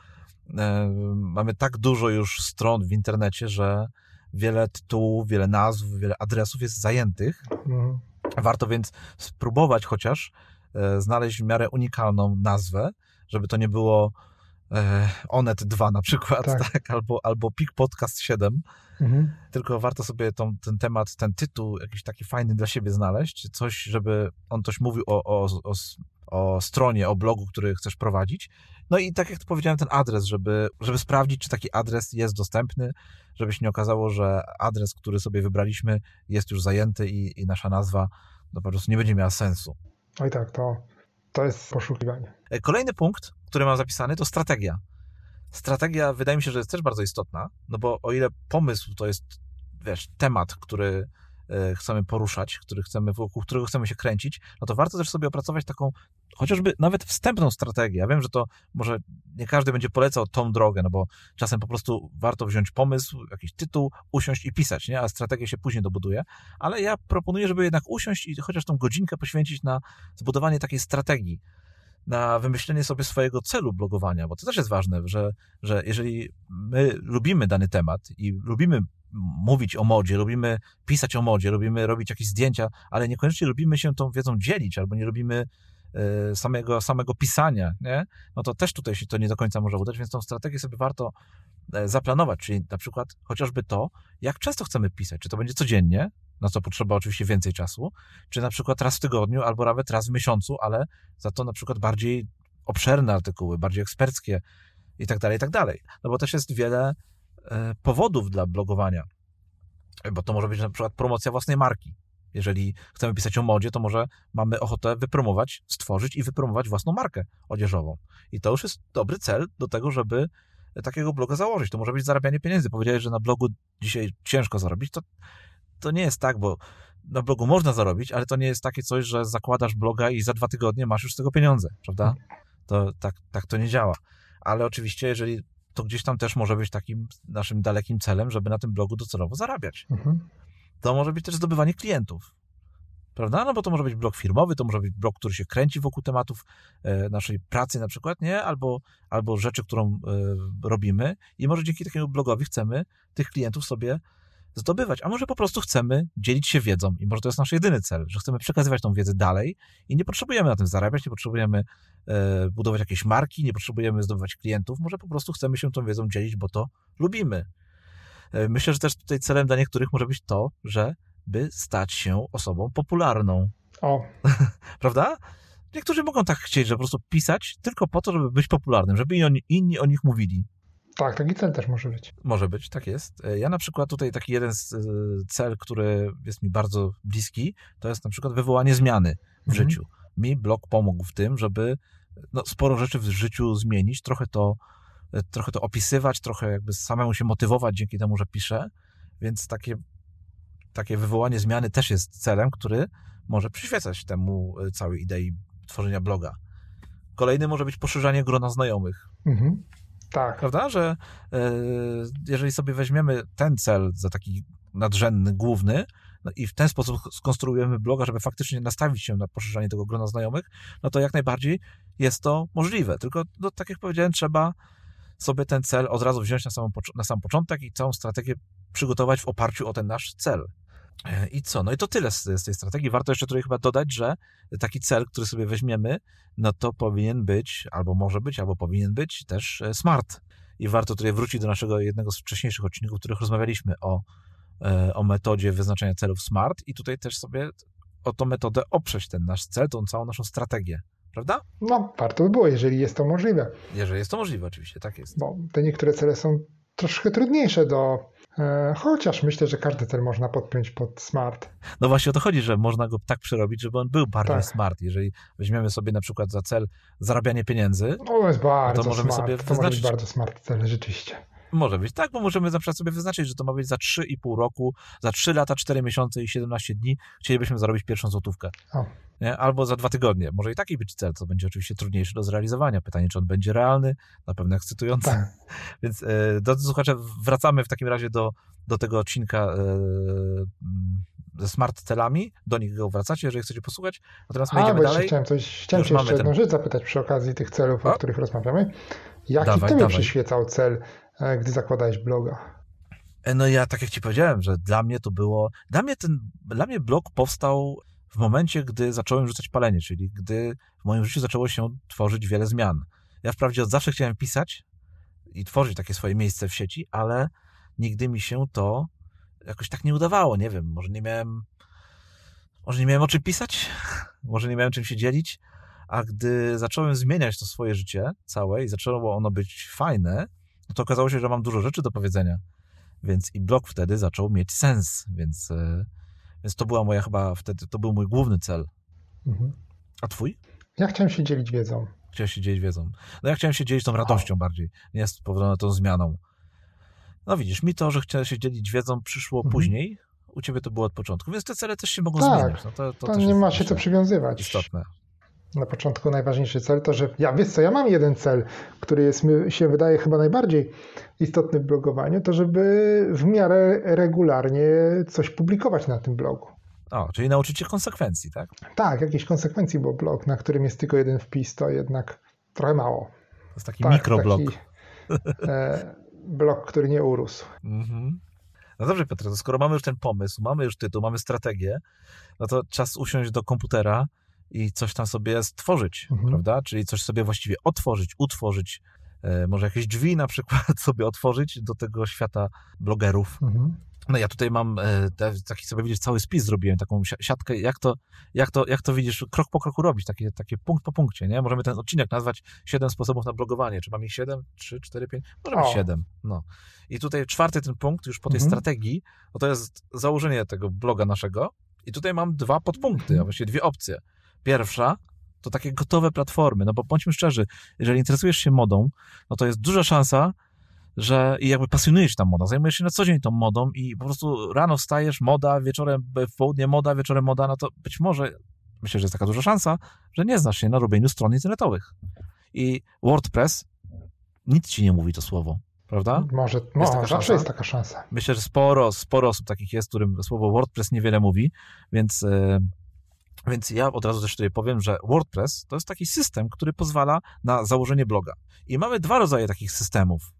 e, mamy tak dużo już stron w internecie, że wiele tytułów, wiele nazw, wiele adresów jest zajętych. Mhm. Warto więc spróbować chociaż e, znaleźć w miarę unikalną nazwę, żeby to nie było e, Onet dwa na przykład, tak. Tak? Albo, albo Pik Podcast siedem. Mhm. Tylko warto sobie tą, ten temat, ten tytuł jakiś taki fajny dla siebie znaleźć, coś, żeby on coś mówił o, o, o, o stronie, o blogu, który chcesz prowadzić. No i tak jak to powiedziałem, ten adres, żeby, żeby sprawdzić, czy taki adres jest dostępny, żeby się nie okazało, że adres, który sobie wybraliśmy, jest już zajęty i, i nasza nazwa no, po prostu nie będzie miała sensu. Oj tak, to, to jest poszukiwanie. Kolejny punkt, który mam zapisany, to strategia. Strategia wydaje mi się, że jest też bardzo istotna, no bo o ile pomysł to jest, wiesz, temat, który chcemy poruszać, który chcemy, wokół którego chcemy się kręcić, no to warto też sobie opracować taką, chociażby nawet wstępną strategię. Ja wiem, że to może nie każdy będzie polecał tą drogę, no bo czasem po prostu warto wziąć pomysł, jakiś tytuł, usiąść i pisać, nie? A strategię się później dobuduje, ale ja proponuję, żeby jednak usiąść i chociaż tą godzinkę poświęcić na zbudowanie takiej strategii, na wymyślenie sobie swojego celu blogowania, bo to też jest ważne, że, że jeżeli my lubimy dany temat i lubimy mówić o modzie, lubimy pisać o modzie, lubimy robić jakieś zdjęcia, ale niekoniecznie lubimy się tą wiedzą dzielić, albo nie lubimy y, samego, samego pisania, nie? No to też tutaj się to nie do końca może udać, więc tą strategię sobie warto y, zaplanować, czyli na przykład chociażby to, jak często chcemy pisać, czy to będzie codziennie, na co potrzeba oczywiście więcej czasu, czy na przykład raz w tygodniu, albo nawet raz w miesiącu, ale za to na przykład bardziej obszerne artykuły, bardziej eksperckie i tak dalej, i tak dalej. No bo też jest wiele e, powodów dla blogowania, bo to może być na przykład promocja własnej marki. Jeżeli chcemy pisać o modzie, to może mamy ochotę wypromować, stworzyć i wypromować własną markę odzieżową. I to już jest dobry cel do tego, żeby takiego bloga założyć. To może być zarabianie pieniędzy. Powiedziałeś, że na blogu dzisiaj ciężko zarobić, to To nie jest tak, bo na blogu można zarobić, ale to nie jest takie coś, że zakładasz bloga i za dwa tygodnie masz już z tego pieniądze, prawda? To tak, tak to nie działa. Ale oczywiście, jeżeli to gdzieś tam też może być takim naszym dalekim celem, żeby na tym blogu docelowo zarabiać. Mhm. To może być też zdobywanie klientów, prawda? No bo to może być blog firmowy, to może być blog, który się kręci wokół tematów e, naszej pracy na przykład, nie? Albo, albo rzeczy, którą e, robimy i może dzięki takiemu blogowi chcemy tych klientów sobie zdobywać, a może po prostu chcemy dzielić się wiedzą i może to jest nasz jedyny cel, że chcemy przekazywać tą wiedzę dalej i nie potrzebujemy na tym zarabiać, nie potrzebujemy e, budować jakiejś marki, nie potrzebujemy zdobywać klientów, może po prostu chcemy się tą wiedzą dzielić, bo to lubimy. E, myślę, że też tutaj celem dla niektórych może być to, żeby stać się osobą popularną. O. Prawda? niektórzy mogą tak chcieć, że po prostu pisać tylko po to, żeby być popularnym, żeby inni, inni o nich mówili. Tak, taki cel też może być. Może być, tak jest. Ja na przykład tutaj taki jeden z cel, który jest mi bardzo bliski, to jest na przykład wywołanie zmiany w mhm. życiu. Mi blog pomógł w tym, żeby no, sporo rzeczy w życiu zmienić, trochę to, trochę to opisywać, trochę jakby samemu się motywować dzięki temu, że piszę, więc takie, takie wywołanie zmiany też jest celem, który może przyświecać temu całej idei tworzenia bloga. Kolejny może być poszerzanie grona znajomych. Mhm. Tak. Prawda, że y, jeżeli sobie weźmiemy ten cel za taki nadrzędny, główny no i w ten sposób skonstruujemy bloga, żeby faktycznie nastawić się na poszerzanie tego grona znajomych, no to jak najbardziej jest to możliwe. Tylko, no, tak jak powiedziałem, trzeba sobie ten cel od razu wziąć na, samą, na sam początek i całą strategię przygotować w oparciu o ten nasz cel. I co? No i to tyle z, z tej strategii. Warto jeszcze tutaj chyba dodać, że taki cel, który sobie weźmiemy, no to powinien być, albo może być, albo powinien być też smart. I warto tutaj wrócić do naszego jednego z wcześniejszych odcinków, w których rozmawialiśmy o, o metodzie wyznaczania celów smart i tutaj też sobie o tą metodę oprzeć ten nasz cel, tą całą naszą strategię. Prawda? No, warto by było, jeżeli jest to możliwe. Jeżeli jest to możliwe, oczywiście, tak jest. Bo te niektóre cele są troszkę trudniejsze do... E, chociaż myślę, że każdy cel można podpiąć pod smart. No właśnie o to chodzi, że można go tak przerobić, żeby on był bardziej tak. smart. Jeżeli weźmiemy sobie na przykład za cel zarabianie pieniędzy, no jest bardzo no to możemy smart. sobie to wyznaczyć... może być bardzo smart cel, rzeczywiście. Może być, tak, bo możemy na przykład sobie wyznaczyć, że to ma być za trzy i pół roku, za trzy lata, cztery miesiące i siedemnaście dni chcielibyśmy zarobić pierwszą złotówkę. O. Nie? Albo za dwa tygodnie. Może i taki być cel, co będzie oczywiście trudniejszy do zrealizowania. Pytanie, czy on będzie realny, na pewno ekscytujący. Tak. Więc e, drodzy słuchacze, wracamy w takim razie do, do tego odcinka e, ze smart celami. Do nich go wracacie, jeżeli chcecie posłuchać. Natomiast my A, idziemy bo dalej. Chciałem, coś, chciałem cię jeszcze jedną ten... rzecz zapytać przy okazji tych celów, o, o których rozmawiamy. Jaki dawaj, tobie dawaj. przyświecał cel, gdy zakładałeś bloga? No ja, tak jak ci powiedziałem, że dla mnie to było... Dla mnie ten, dla mnie blog powstał w momencie, gdy zacząłem rzucać palenie, czyli gdy w moim życiu zaczęło się tworzyć wiele zmian. Ja wprawdzie od zawsze chciałem pisać i tworzyć takie swoje miejsce w sieci, ale nigdy mi się to jakoś tak nie udawało. Nie wiem, może nie miałem... Może nie miałem o czym pisać? Może nie miałem czym się dzielić? A gdy zacząłem zmieniać to swoje życie całe i zaczęło ono być fajne, to okazało się, że mam dużo rzeczy do powiedzenia. Więc i blog wtedy zaczął mieć sens, więc, więc to była moja chyba wtedy, to był mój główny cel. Mhm. A twój? Ja chciałem się dzielić wiedzą. Chciałem się dzielić wiedzą. No ja chciałem się dzielić tą radością o. bardziej, nie spowodowaną tą zmianą. No widzisz, mi to, że chciałem się dzielić wiedzą przyszło mhm. później, u ciebie to było od początku, więc te cele też się mogą tak, zmieniać. No to, to, to też nie ma się co przywiązywać. Istotne. Na początku najważniejszy cel to, że ja wiesz co, ja mam jeden cel, który jest, mi się wydaje chyba najbardziej istotny w blogowaniu, to żeby w miarę regularnie coś publikować na tym blogu. O, czyli nauczyć się konsekwencji, tak? Tak, jakieś konsekwencji, bo blog, na którym jest tylko jeden wpis, to jednak trochę mało. To jest taki tak, mikroblog. Taki, e, blog, który nie urósł. Mhm. No dobrze, Piotr, to skoro mamy już ten pomysł, mamy już tytuł, mamy strategię, no to czas usiąść do komputera i coś tam sobie stworzyć, mhm. prawda? Czyli coś sobie właściwie otworzyć, utworzyć, e, może jakieś drzwi na przykład sobie otworzyć do tego świata blogerów. Mhm. No ja tutaj mam e, te, taki sobie, widzisz, cały spis zrobiłem, taką siatkę, jak to, jak to, jak to widzisz, krok po kroku robić, takie, takie punkt po punkcie, nie? Możemy ten odcinek nazwać siedem sposobów na blogowanie. Czy mam ich siedem, trzy, cztery, pięć? Może być siedem. No. I tutaj czwarty ten punkt, już po tej mhm. strategii, no to jest założenie tego bloga naszego i tutaj mam dwa podpunkty, mhm. a właściwie dwie opcje. Pierwsza to takie gotowe platformy, no bo bądźmy szczerzy, jeżeli interesujesz się modą, no to jest duża szansa, że i jakby pasjonujesz się tam modą, zajmujesz się na co dzień tą modą i po prostu rano wstajesz, moda, wieczorem, w południe moda, wieczorem moda, no to być może, myślę, że jest taka duża szansa, że nie znasz się na robieniu stron internetowych. I WordPress nic ci nie mówi to słowo, prawda? Może, jest no, taka zawsze szansa? jest taka szansa. Myślę, że sporo, sporo osób takich jest, którym słowo WordPress niewiele mówi, więc... Yy, Więc ja od razu też tutaj powiem, że WordPress to jest taki system, który pozwala na założenie bloga. I mamy dwa rodzaje takich systemów.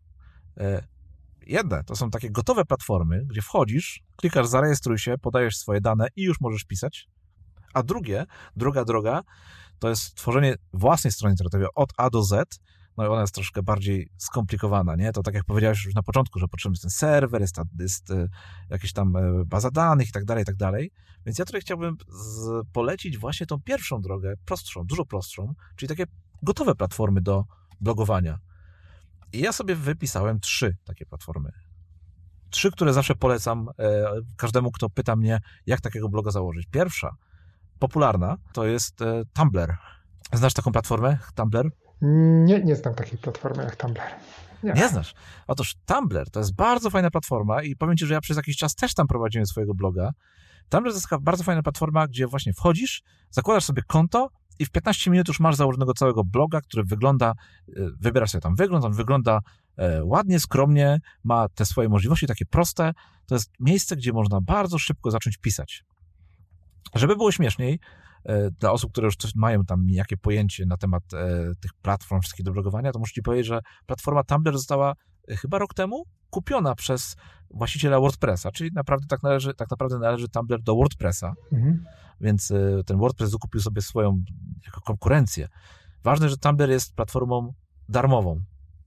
Jedne to są takie gotowe platformy, gdzie wchodzisz, klikasz zarejestruj się, podajesz swoje dane i już możesz pisać. A drugie, druga droga, to jest tworzenie własnej strony internetowej od A do Z no i ona jest troszkę bardziej skomplikowana, nie? To tak jak powiedziałeś już na początku, że potrzebny jest ten serwer, jest, ta, jest jakieś tam baza danych i tak dalej, i tak dalej. Więc ja tutaj chciałbym z, polecić właśnie tą pierwszą drogę, prostszą, dużo prostszą, czyli takie gotowe platformy do blogowania. I ja sobie wypisałem trzy takie platformy. Trzy, które zawsze polecam e, każdemu, kto pyta mnie, jak takiego bloga założyć. Pierwsza, popularna, to jest e, Tumblr. Znasz taką platformę, Tumblr? Nie, nie znam takiej platformy jak Tumblr. Nie. nie znasz? Otóż Tumblr to jest bardzo fajna platforma i powiem ci, że ja przez jakiś czas też tam prowadziłem swojego bloga. Tumblr to jest taka bardzo fajna platforma, gdzie właśnie wchodzisz, zakładasz sobie konto i w piętnaście minut już masz założonego całego bloga, który wygląda, wybierasz sobie tam wygląd, on wygląda ładnie, skromnie, ma te swoje możliwości takie proste. To jest miejsce, gdzie można bardzo szybko zacząć pisać. Żeby było śmieszniej, dla osób, które już mają tam niejakie pojęcie na temat tych platform wszystkich do blogowania, to muszę ci powiedzieć, że platforma Tumblr została chyba rok temu kupiona przez właściciela WordPressa, czyli naprawdę tak, należy, tak naprawdę należy Tumblr do WordPressa, mhm. więc ten WordPress zakupił sobie swoją jako konkurencję. Ważne, że Tumblr jest platformą darmową.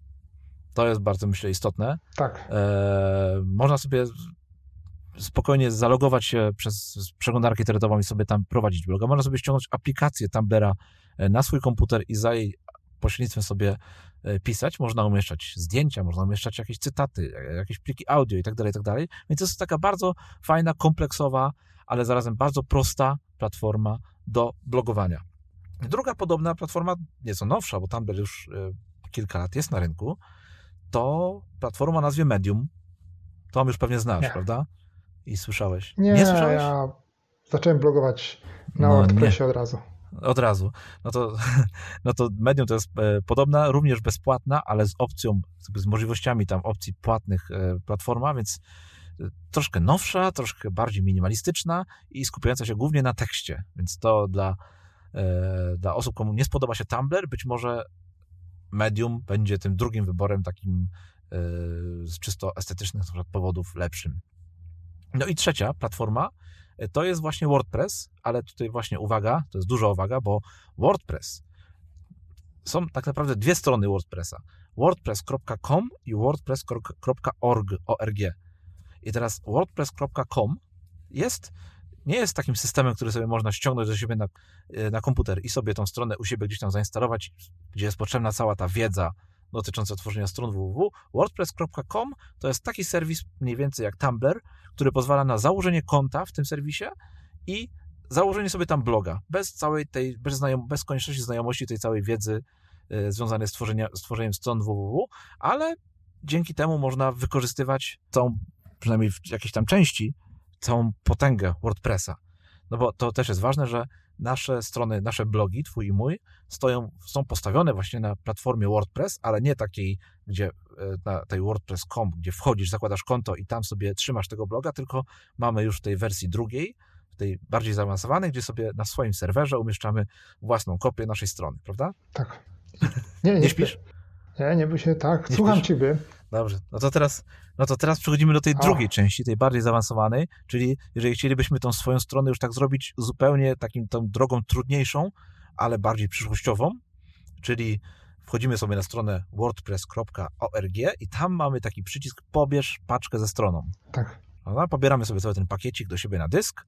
To jest bardzo, myślę, istotne. Tak. E, można sobie spokojnie zalogować się przez przeglądarkę internetową i sobie tam prowadzić bloga. Można sobie ściągnąć aplikację Tumblra na swój komputer i za jej pośrednictwem sobie pisać. Można umieszczać zdjęcia, można umieszczać jakieś cytaty, jakieś pliki audio i tak dalej, i tak dalej. Więc to jest taka bardzo fajna, kompleksowa, ale zarazem bardzo prosta platforma do blogowania. Druga podobna platforma, nieco nowsza, bo Tumblr już kilka lat jest na rynku, to platforma o nazwie Medium. To już pewnie znasz, nie. prawda? I słyszałeś. Nie, nie słyszałeś? Ja zacząłem blogować na no, WordPressie od razu. Od razu. No to, no to Medium to jest e, podobna, również bezpłatna, ale z opcją, z możliwościami tam opcji płatnych e, platforma, więc e, troszkę nowsza, troszkę bardziej minimalistyczna i skupiająca się głównie na tekście. Więc to dla, e, dla osób, komu nie spodoba się Tumblr, być może Medium będzie tym drugim wyborem takim e, z czysto estetycznych na przykład powodów lepszym. No i trzecia platforma to jest właśnie WordPress, ale tutaj właśnie uwaga, to jest duża uwaga, bo WordPress, są tak naprawdę dwie strony WordPressa, wordpress kropka com i wordpress kropka org. I teraz wordpress kropka com jest, nie jest takim systemem, który sobie można ściągnąć do siebie na, na komputer i sobie tą stronę u siebie gdzieś tam zainstalować, gdzie jest potrzebna cała ta wiedza dotycząca tworzenia stron www. wordpress kropka com to jest taki serwis mniej więcej jak Tumblr, który pozwala na założenie konta w tym serwisie i założenie sobie tam bloga, bez całej tej, bez, znajom, bez konieczności znajomości tej całej wiedzy y, związanej z, tworzenia, z tworzeniem stron www, ale dzięki temu można wykorzystywać całą, przynajmniej w jakiejś tam części, całą potęgę WordPressa. No bo to też jest ważne, że nasze strony, nasze blogi, twój i mój, stoją, są postawione właśnie na platformie WordPress, ale nie takiej, gdzie na tej wordpress kropka com, gdzie wchodzisz, zakładasz konto i tam sobie trzymasz tego bloga, tylko mamy już w tej wersji drugiej, w tej bardziej zaawansowanej, gdzie sobie na swoim serwerze umieszczamy własną kopię naszej strony, prawda? Tak. Nie, nie, nie śpisz? Nie, nie bój się, tak. Nie Słucham śpisz? Ciebie. Dobrze, no to teraz, no to teraz przechodzimy do tej A. drugiej części, tej bardziej zaawansowanej, czyli jeżeli chcielibyśmy tą swoją stronę już tak zrobić zupełnie takim tą drogą trudniejszą, ale bardziej przyszłościową, czyli wchodzimy sobie na stronę wordpress kropka org i tam mamy taki przycisk pobierz paczkę ze stroną. Tak. No, pobieramy sobie cały ten pakiecik do siebie na dysk.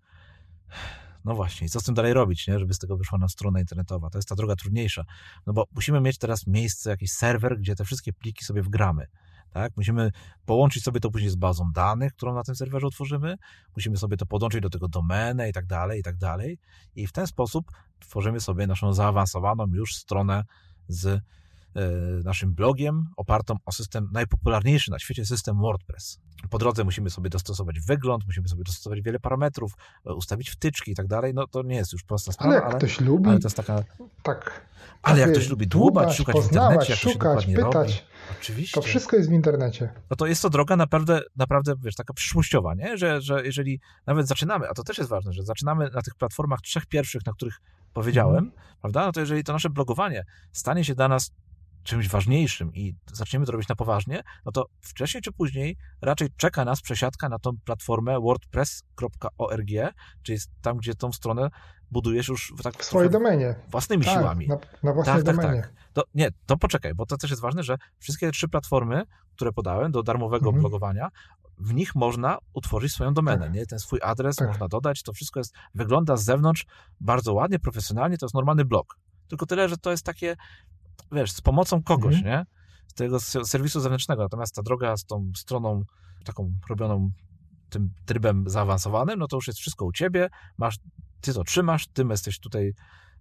No właśnie, i co z tym dalej robić, nie? Żeby z tego wyszła nam strona internetowa? To jest ta droga trudniejsza. No bo musimy mieć teraz miejsce, jakiś serwer, gdzie te wszystkie pliki sobie wgramy. Tak? Musimy połączyć sobie to później z bazą danych, którą na tym serwerze utworzymy. Musimy sobie to podłączyć do tego domenę i tak dalej, i tak dalej. I w ten sposób tworzymy sobie naszą zaawansowaną już stronę z naszym blogiem opartą o system najpopularniejszy na świecie, system WordPress. Po drodze musimy sobie dostosować wygląd, musimy sobie dostosować wiele parametrów, ustawić wtyczki i tak dalej. No to nie jest już prosta sprawa, ale jak ale, ktoś lubi, ale to jest taka... Tak. Ale jak ktoś lubi dłubać, szukać w internecie, jak szukać, to się dokładnie pytać, robi. Oczywiście. To wszystko jest w internecie. No to jest to droga naprawdę, naprawdę, wiesz, taka przyszłościowa, nie? Że, że jeżeli nawet zaczynamy, a to też jest ważne, że zaczynamy na tych platformach trzech pierwszych, na których powiedziałem, mm. prawda? No to jeżeli to nasze blogowanie stanie się dla nas czymś ważniejszym i zaczniemy to robić na poważnie, no to wcześniej czy później raczej czeka nas przesiadka na tą platformę wordpress kropka org, czyli tam, gdzie tą stronę budujesz już tak w swojej domenie. Własnymi tak, siłami. Na, na własnej tak, domenie. Tak, tak. To, nie, to poczekaj, bo to też jest ważne, że wszystkie trzy platformy, które podałem do darmowego Mhm. blogowania, w nich można utworzyć swoją domenę, Tak. nie? Ten swój adres Tak. można dodać, to wszystko jest, wygląda z zewnątrz bardzo ładnie, profesjonalnie, to jest normalny blog. Tylko tyle, że to jest takie, wiesz, z pomocą kogoś, Mhm. nie? Z tego serwisu zewnętrznego. Natomiast ta droga z tą stroną taką robioną tym trybem zaawansowanym, no to już jest wszystko u ciebie, masz, ty to trzymasz, ty jesteś tutaj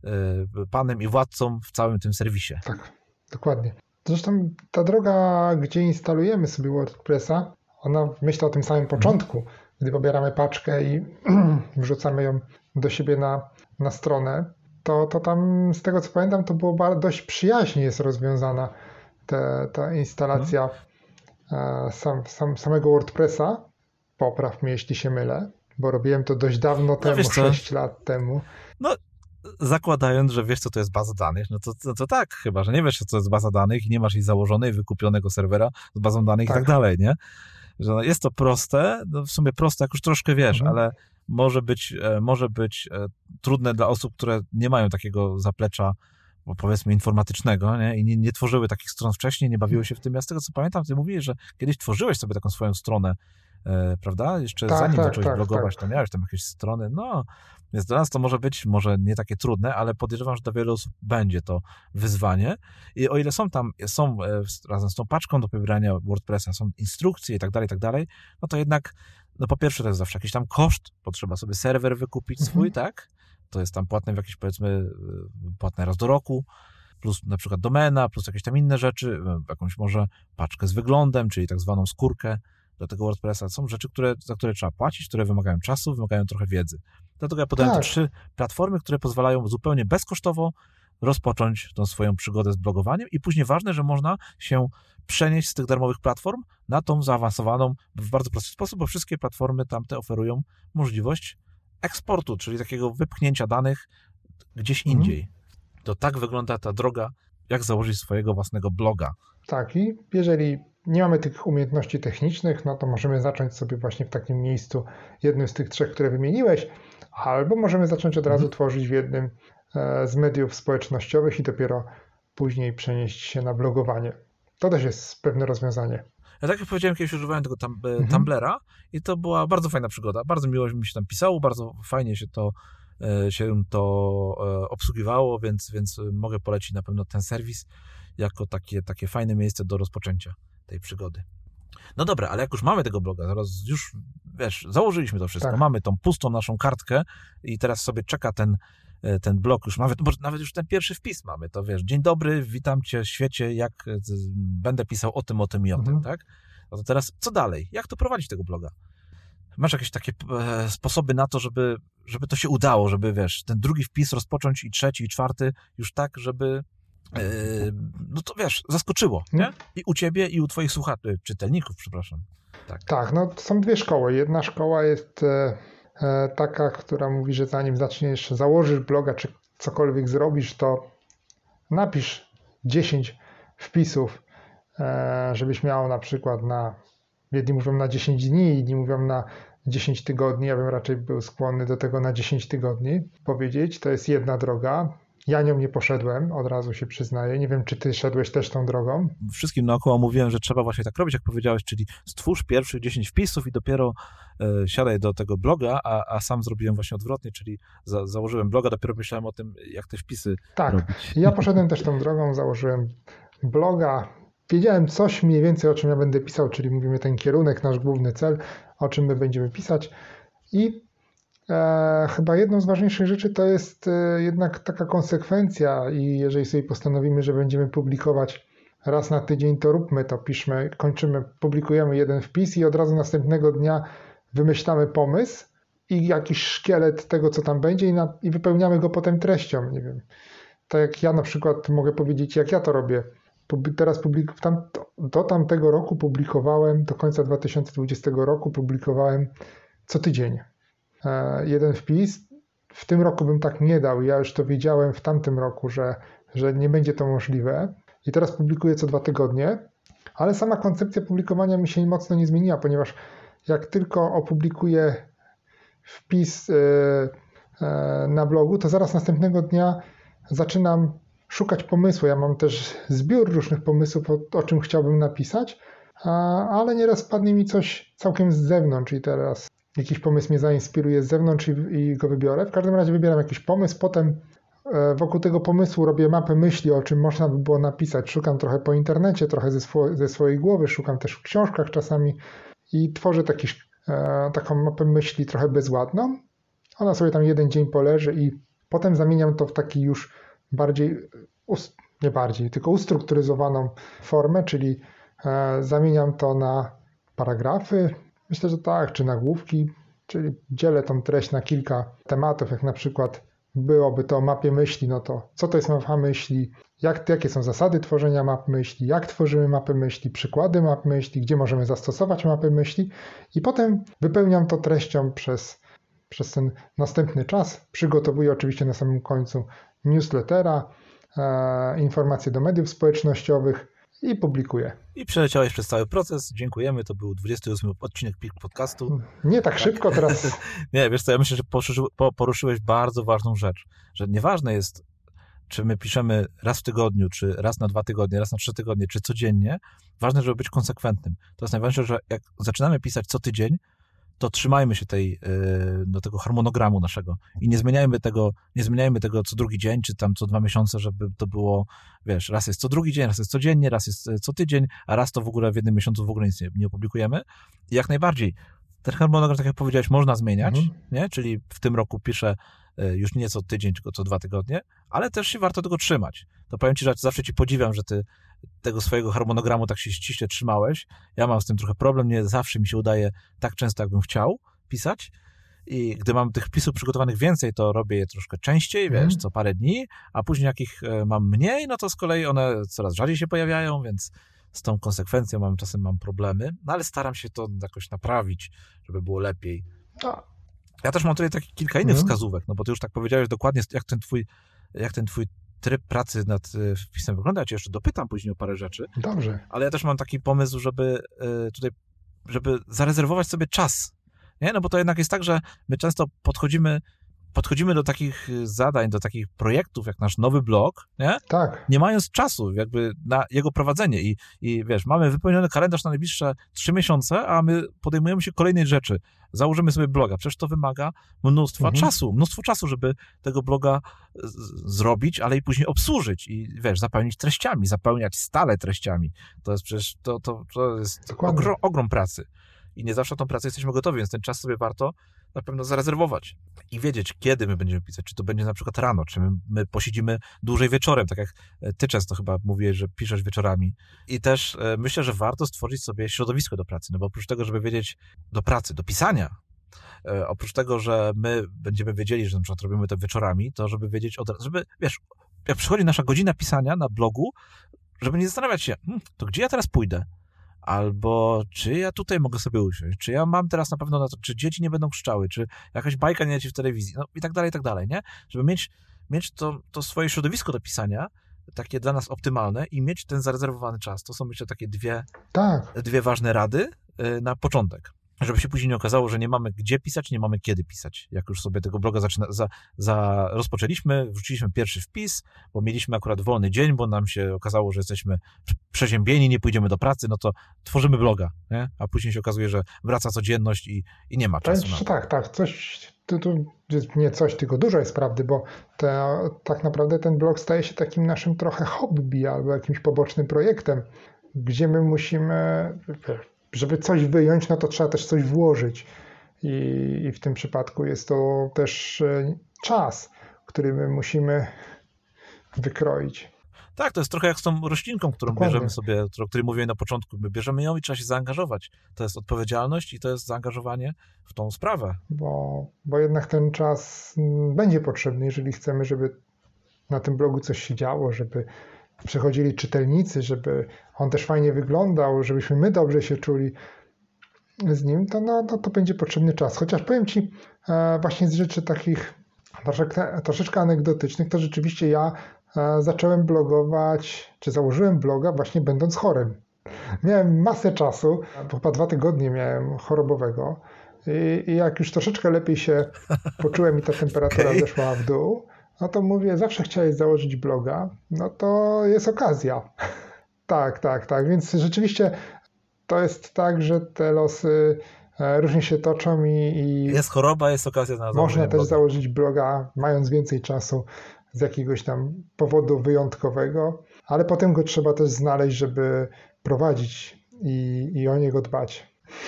y, panem i władcą w całym tym serwisie. Tak, dokładnie. Zresztą ta droga, gdzie instalujemy sobie WordPressa, ona myślę o tym samym początku, gdy pobieramy paczkę i wrzucamy ją do siebie na, na stronę, to, to tam z tego co pamiętam, to było bardzo, dość przyjaźnie jest rozwiązana te, ta instalacja hmm. sam, sam, samego WordPressa. Popraw mnie, jeśli się mylę, bo robiłem to dość dawno no, temu, sześć lat temu. No, zakładając, że wiesz, co to jest baza danych, no to, to, to tak, chyba, że nie wiesz, co to jest baza danych i nie masz jej założonej, wykupionego serwera z bazą danych tak. i tak dalej, nie? Że no jest to proste, no w sumie proste, jak już troszkę wiesz, mhm. ale może być, może być trudne dla osób, które nie mają takiego zaplecza, powiedzmy, informatycznego, nie? I nie, nie tworzyły takich stron wcześniej, nie bawiły się w tym. Ja z tego, co pamiętam, ty mówiłeś, że kiedyś tworzyłeś sobie taką swoją stronę, e, prawda? Jeszcze tak, zanim tak, zacząłeś tak, blogować, tak. to miałeś tam jakieś strony, no, więc dla nas to może być, może nie takie trudne, ale podejrzewam, że dla wielu osób będzie to wyzwanie. I o ile są tam, są e, razem z tą paczką do pobierania WordPressa, są instrukcje i tak dalej, i tak dalej, no to jednak, no po pierwsze to jest zawsze jakiś tam koszt, potrzeba sobie serwer wykupić mhm. swój, tak? To jest tam płatne w jakieś, powiedzmy, płatne raz do roku, plus na przykład domena, plus jakieś tam inne rzeczy, jakąś może paczkę z wyglądem, czyli tak zwaną skórkę do tego WordPressa. Są rzeczy, które, za które trzeba płacić, które wymagają czasu, wymagają trochę wiedzy. Dlatego ja podałem tak. te trzy platformy, które pozwalają zupełnie bezkosztowo rozpocząć tą swoją przygodę z blogowaniem i później ważne, że można się przenieść z tych darmowych platform na tą zaawansowaną w bardzo prosty sposób, bo wszystkie platformy tamte oferują możliwość eksportu, czyli takiego wypchnięcia danych gdzieś mhm. indziej. To tak wygląda ta droga, jak założyć swojego własnego bloga. Tak, i jeżeli nie mamy tych umiejętności technicznych, no to możemy zacząć sobie właśnie w takim miejscu, jednym z tych trzech, które wymieniłeś, albo możemy zacząć od razu mhm. tworzyć w jednym z mediów społecznościowych i dopiero później przenieść się na blogowanie. To też jest pewne rozwiązanie. Ja tak jak powiedziałem, kiedyś używałem tego tam, mhm. Tumblera i to była bardzo fajna przygoda. Bardzo miło mi się tam pisało, bardzo fajnie się to, się to obsługiwało, więc, więc mogę polecić na pewno ten serwis jako takie, takie fajne miejsce do rozpoczęcia tej przygody. No dobra, ale jak już mamy tego bloga, zaraz już, wiesz, założyliśmy to wszystko, tak. mamy tą pustą naszą kartkę i teraz sobie czeka ten, ten blog, już nawet, nawet już ten pierwszy wpis mamy, to wiesz, dzień dobry, witam cię w świecie, jak będę pisał o tym, o tym i o mhm. tym, tak? No to teraz, co dalej? Jak to prowadzić tego bloga? Masz jakieś takie e, sposoby na to, żeby, żeby to się udało, żeby, wiesz, ten drugi wpis rozpocząć i trzeci, i czwarty już tak, żeby e, no to, wiesz, zaskoczyło, nie? I u ciebie, i u twoich słuchaczy, czytelników, przepraszam. Tak, tak, no są dwie szkoły. Jedna szkoła jest e, e, taka, która mówi, że zanim zaczniesz, założysz bloga, czy cokolwiek zrobisz, to napisz dziesięć wpisów, e, żebyś miał na przykład na, jedni mówią na dziesięć dni, inni mówią na dziesięć tygodni, ja bym raczej był skłonny do tego na dziesięć tygodni powiedzieć. To jest jedna droga. Ja nią nie poszedłem, od razu się przyznaję. Nie wiem, czy ty szedłeś też tą drogą. Wszystkim naokoło mówiłem, że trzeba właśnie tak robić, jak powiedziałeś, czyli stwórz pierwszych dziesięć wpisów i dopiero e, siadaj do tego bloga, a, a sam zrobiłem właśnie odwrotnie, czyli za, założyłem bloga, dopiero myślałem o tym, jak te wpisy tak, robić. Ja poszedłem też tą drogą, założyłem bloga. Wiedziałem coś mniej więcej, o czym ja będę pisał, czyli mówimy ten kierunek, nasz główny cel, o czym my będziemy pisać. I e, chyba jedną z ważniejszych rzeczy to jest e, jednak taka konsekwencja i jeżeli sobie postanowimy, że będziemy publikować raz na tydzień, to róbmy to, piszmy, kończymy, publikujemy jeden wpis i od razu następnego dnia wymyślamy pomysł i jakiś szkielet tego, co tam będzie i, na, i wypełniamy go potem treścią. Nie wiem. Tak jak ja na przykład mogę powiedzieć, jak ja to robię. Teraz publik- tam, do tamtego roku publikowałem, do końca dwa tysiące dwudziestego roku publikowałem co tydzień e, jeden wpis. W tym roku bym tak nie dał. Ja już to wiedziałem w tamtym roku, że, że nie będzie to możliwe. I teraz publikuję co dwa tygodnie, ale sama koncepcja publikowania mi się mocno nie zmieniła, ponieważ jak tylko opublikuję wpis e, e, na blogu, to zaraz następnego dnia zaczynam szukać pomysłu. Ja mam też zbiór różnych pomysłów, o, o czym chciałbym napisać, a, ale nieraz wpadnie mi coś całkiem z zewnątrz i teraz jakiś pomysł mnie zainspiruje z zewnątrz i, i go wybiorę. W każdym razie wybieram jakiś pomysł, potem e, wokół tego pomysłu robię mapę myśli, o czym można by było napisać. Szukam trochę po internecie, trochę ze, swo- ze swojej głowy, szukam też w książkach czasami i tworzę taki, e, taką mapę myśli trochę bezładną. Ona sobie tam jeden dzień poleży i potem zamieniam to w taki już bardziej, nie bardziej, tylko ustrukturyzowaną formę, czyli e, zamieniam to na paragrafy, myślę, że tak, czy nagłówki, czyli dzielę tą treść na kilka tematów, jak na przykład byłoby to o mapie myśli, no to co to jest mapa myśli, jak, jakie są zasady tworzenia map myśli, jak tworzymy mapy myśli, przykłady map myśli, gdzie możemy zastosować mapy myśli i potem wypełniam to treścią przez, przez ten następny czas. Przygotowuję oczywiście na samym końcu newslettera, e, informacje do mediów społecznościowych i publikuję. I przeleciałeś przez cały proces. Dziękujemy. To był dwudziesty ósmy odcinek Pik Podcastu. Nie tak, tak szybko teraz. Nie, wiesz co, ja myślę, że poruszyłeś, poruszyłeś bardzo ważną rzecz, że nieważne jest, czy my piszemy raz w tygodniu, czy raz na dwa tygodnie, raz na trzy tygodnie, czy codziennie. Ważne, żeby być konsekwentnym. To jest najważniejsze, że jak zaczynamy pisać co tydzień, to trzymajmy się tej, do tego harmonogramu naszego i nie zmieniajmy tego, nie zmieniajmy tego co drugi dzień, czy tam co dwa miesiące, żeby to było, wiesz, raz jest co drugi dzień, raz jest codziennie, raz jest co tydzień, a raz to w ogóle w jednym miesiącu w ogóle nic nie, nie opublikujemy. I jak najbardziej, ten harmonogram, tak jak powiedziałeś, można zmieniać, mhm. nie? Czyli w tym roku piszę już nie co tydzień, tylko co dwa tygodnie, ale też się warto tego trzymać. To powiem ci, że zawsze ci podziwiam, że ty tego swojego harmonogramu tak się ściśle trzymałeś. Ja mam z tym trochę problem, nie zawsze mi się udaje tak często, jakbym chciał pisać i gdy mam tych wpisów przygotowanych więcej, to robię je troszkę częściej, mm. wiesz, co parę dni, a później jak ich mam mniej, no to z kolei one coraz rzadziej się pojawiają, więc z tą konsekwencją mam, czasem mam problemy, no ale staram się to jakoś naprawić, żeby było lepiej. A. Ja też mam tutaj taki kilka innych mm. wskazówek, no bo ty już tak powiedziałeś dokładnie, jak ten twój, jak ten twój tryb pracy nad wpisem wygląda. Ja cię jeszcze dopytam później o parę rzeczy. Dobrze. Ale ja też mam taki pomysł, żeby tutaj, żeby zarezerwować sobie czas. Nie? No bo to jednak jest tak, że my często podchodzimy, podchodzimy do takich zadań, do takich projektów, jak nasz nowy blog, nie? Tak. Nie mając czasu jakby na jego prowadzenie i, i wiesz, mamy wypełniony kalendarz na najbliższe trzy miesiące, a my podejmujemy się kolejnej rzeczy. Założymy sobie bloga. Przecież to wymaga mnóstwa mhm. czasu, mnóstwo czasu, żeby tego bloga z- zrobić, ale i później obsłużyć i wiesz, zapełnić treściami, zapełniać stale treściami. To jest przecież, to, to, to jest ogrom, ogrom pracy. I nie zawsze tą pracę jesteśmy gotowi, więc ten czas sobie warto na pewno zarezerwować i wiedzieć, kiedy my będziemy pisać. Czy to będzie na przykład rano, czy my, my posiedzimy dłużej wieczorem, tak jak ty często chyba mówiłeś, że piszesz wieczorami. I też e, myślę, że warto stworzyć sobie środowisko do pracy, no bo oprócz tego, żeby wiedzieć do pracy, do pisania, e, oprócz tego, że my będziemy wiedzieli, że na przykład robimy to wieczorami, to żeby wiedzieć od razu, żeby, wiesz, jak przychodzi nasza godzina pisania na blogu, żeby nie zastanawiać się, hm, to gdzie ja teraz pójdę? Albo czy ja tutaj mogę sobie usiąść, czy ja mam teraz na pewno na to, czy dzieci nie będą krzyczały, czy jakaś bajka nie leci w telewizji, no i tak dalej, i tak dalej, nie? Żeby mieć, mieć to, to swoje środowisko do pisania, takie dla nas optymalne i mieć ten zarezerwowany czas. To są, myślę, takie dwie, tak. dwie ważne rady na początek. Żeby się później nie okazało, że nie mamy gdzie pisać, nie mamy kiedy pisać. Jak już sobie tego bloga zaczyna, za, za rozpoczęliśmy, wrzuciliśmy pierwszy wpis, bo mieliśmy akurat wolny dzień, bo nam się okazało, że jesteśmy przeziębieni, nie pójdziemy do pracy, no to tworzymy bloga, nie? A później się okazuje, że wraca codzienność i, i nie ma czasu na to. Tak, tak, coś, tu, tu jest nie coś, tylko dużo jest prawdy, bo te, tak naprawdę ten blog staje się takim naszym trochę hobby albo jakimś pobocznym projektem, gdzie my musimy... Żeby coś wyjąć, no to trzeba też coś włożyć. I, I w tym przypadku jest to też czas, który my musimy wykroić. Tak, to jest trochę jak z tą roślinką, którą Dokładnie. bierzemy sobie, o której mówiłem na początku. My bierzemy ją i trzeba się zaangażować. To jest odpowiedzialność i to jest zaangażowanie w tą sprawę. Bo, bo jednak ten czas będzie potrzebny, jeżeli chcemy, żeby na tym blogu coś się działo, żeby przychodzili czytelnicy, żeby on też fajnie wyglądał, żebyśmy my dobrze się czuli z nim, to, no, to, to będzie potrzebny czas. Chociaż powiem Ci, e, właśnie z rzeczy takich troszeczkę, troszeczkę anegdotycznych, to rzeczywiście ja e, zacząłem blogować, czy założyłem bloga właśnie będąc chorym. Miałem masę czasu, bo chyba dwa tygodnie miałem chorobowego i, i jak już troszeczkę lepiej się poczułem i ta temperatura okay. zeszła w dół, no to mówię, zawsze chciałeś założyć bloga, no to jest okazja. Tak, tak, tak, więc rzeczywiście to jest tak, że te losy różnie się toczą i, i jest choroba, jest okazja na założenie można też bloga. założyć bloga, mając więcej czasu z jakiegoś tam powodu wyjątkowego, ale potem go trzeba też znaleźć, żeby prowadzić i, i o niego dbać.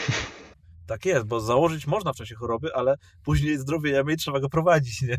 Tak jest, bo założyć można w czasie choroby, ale później zdrowiejemy i trzeba go prowadzić, nie?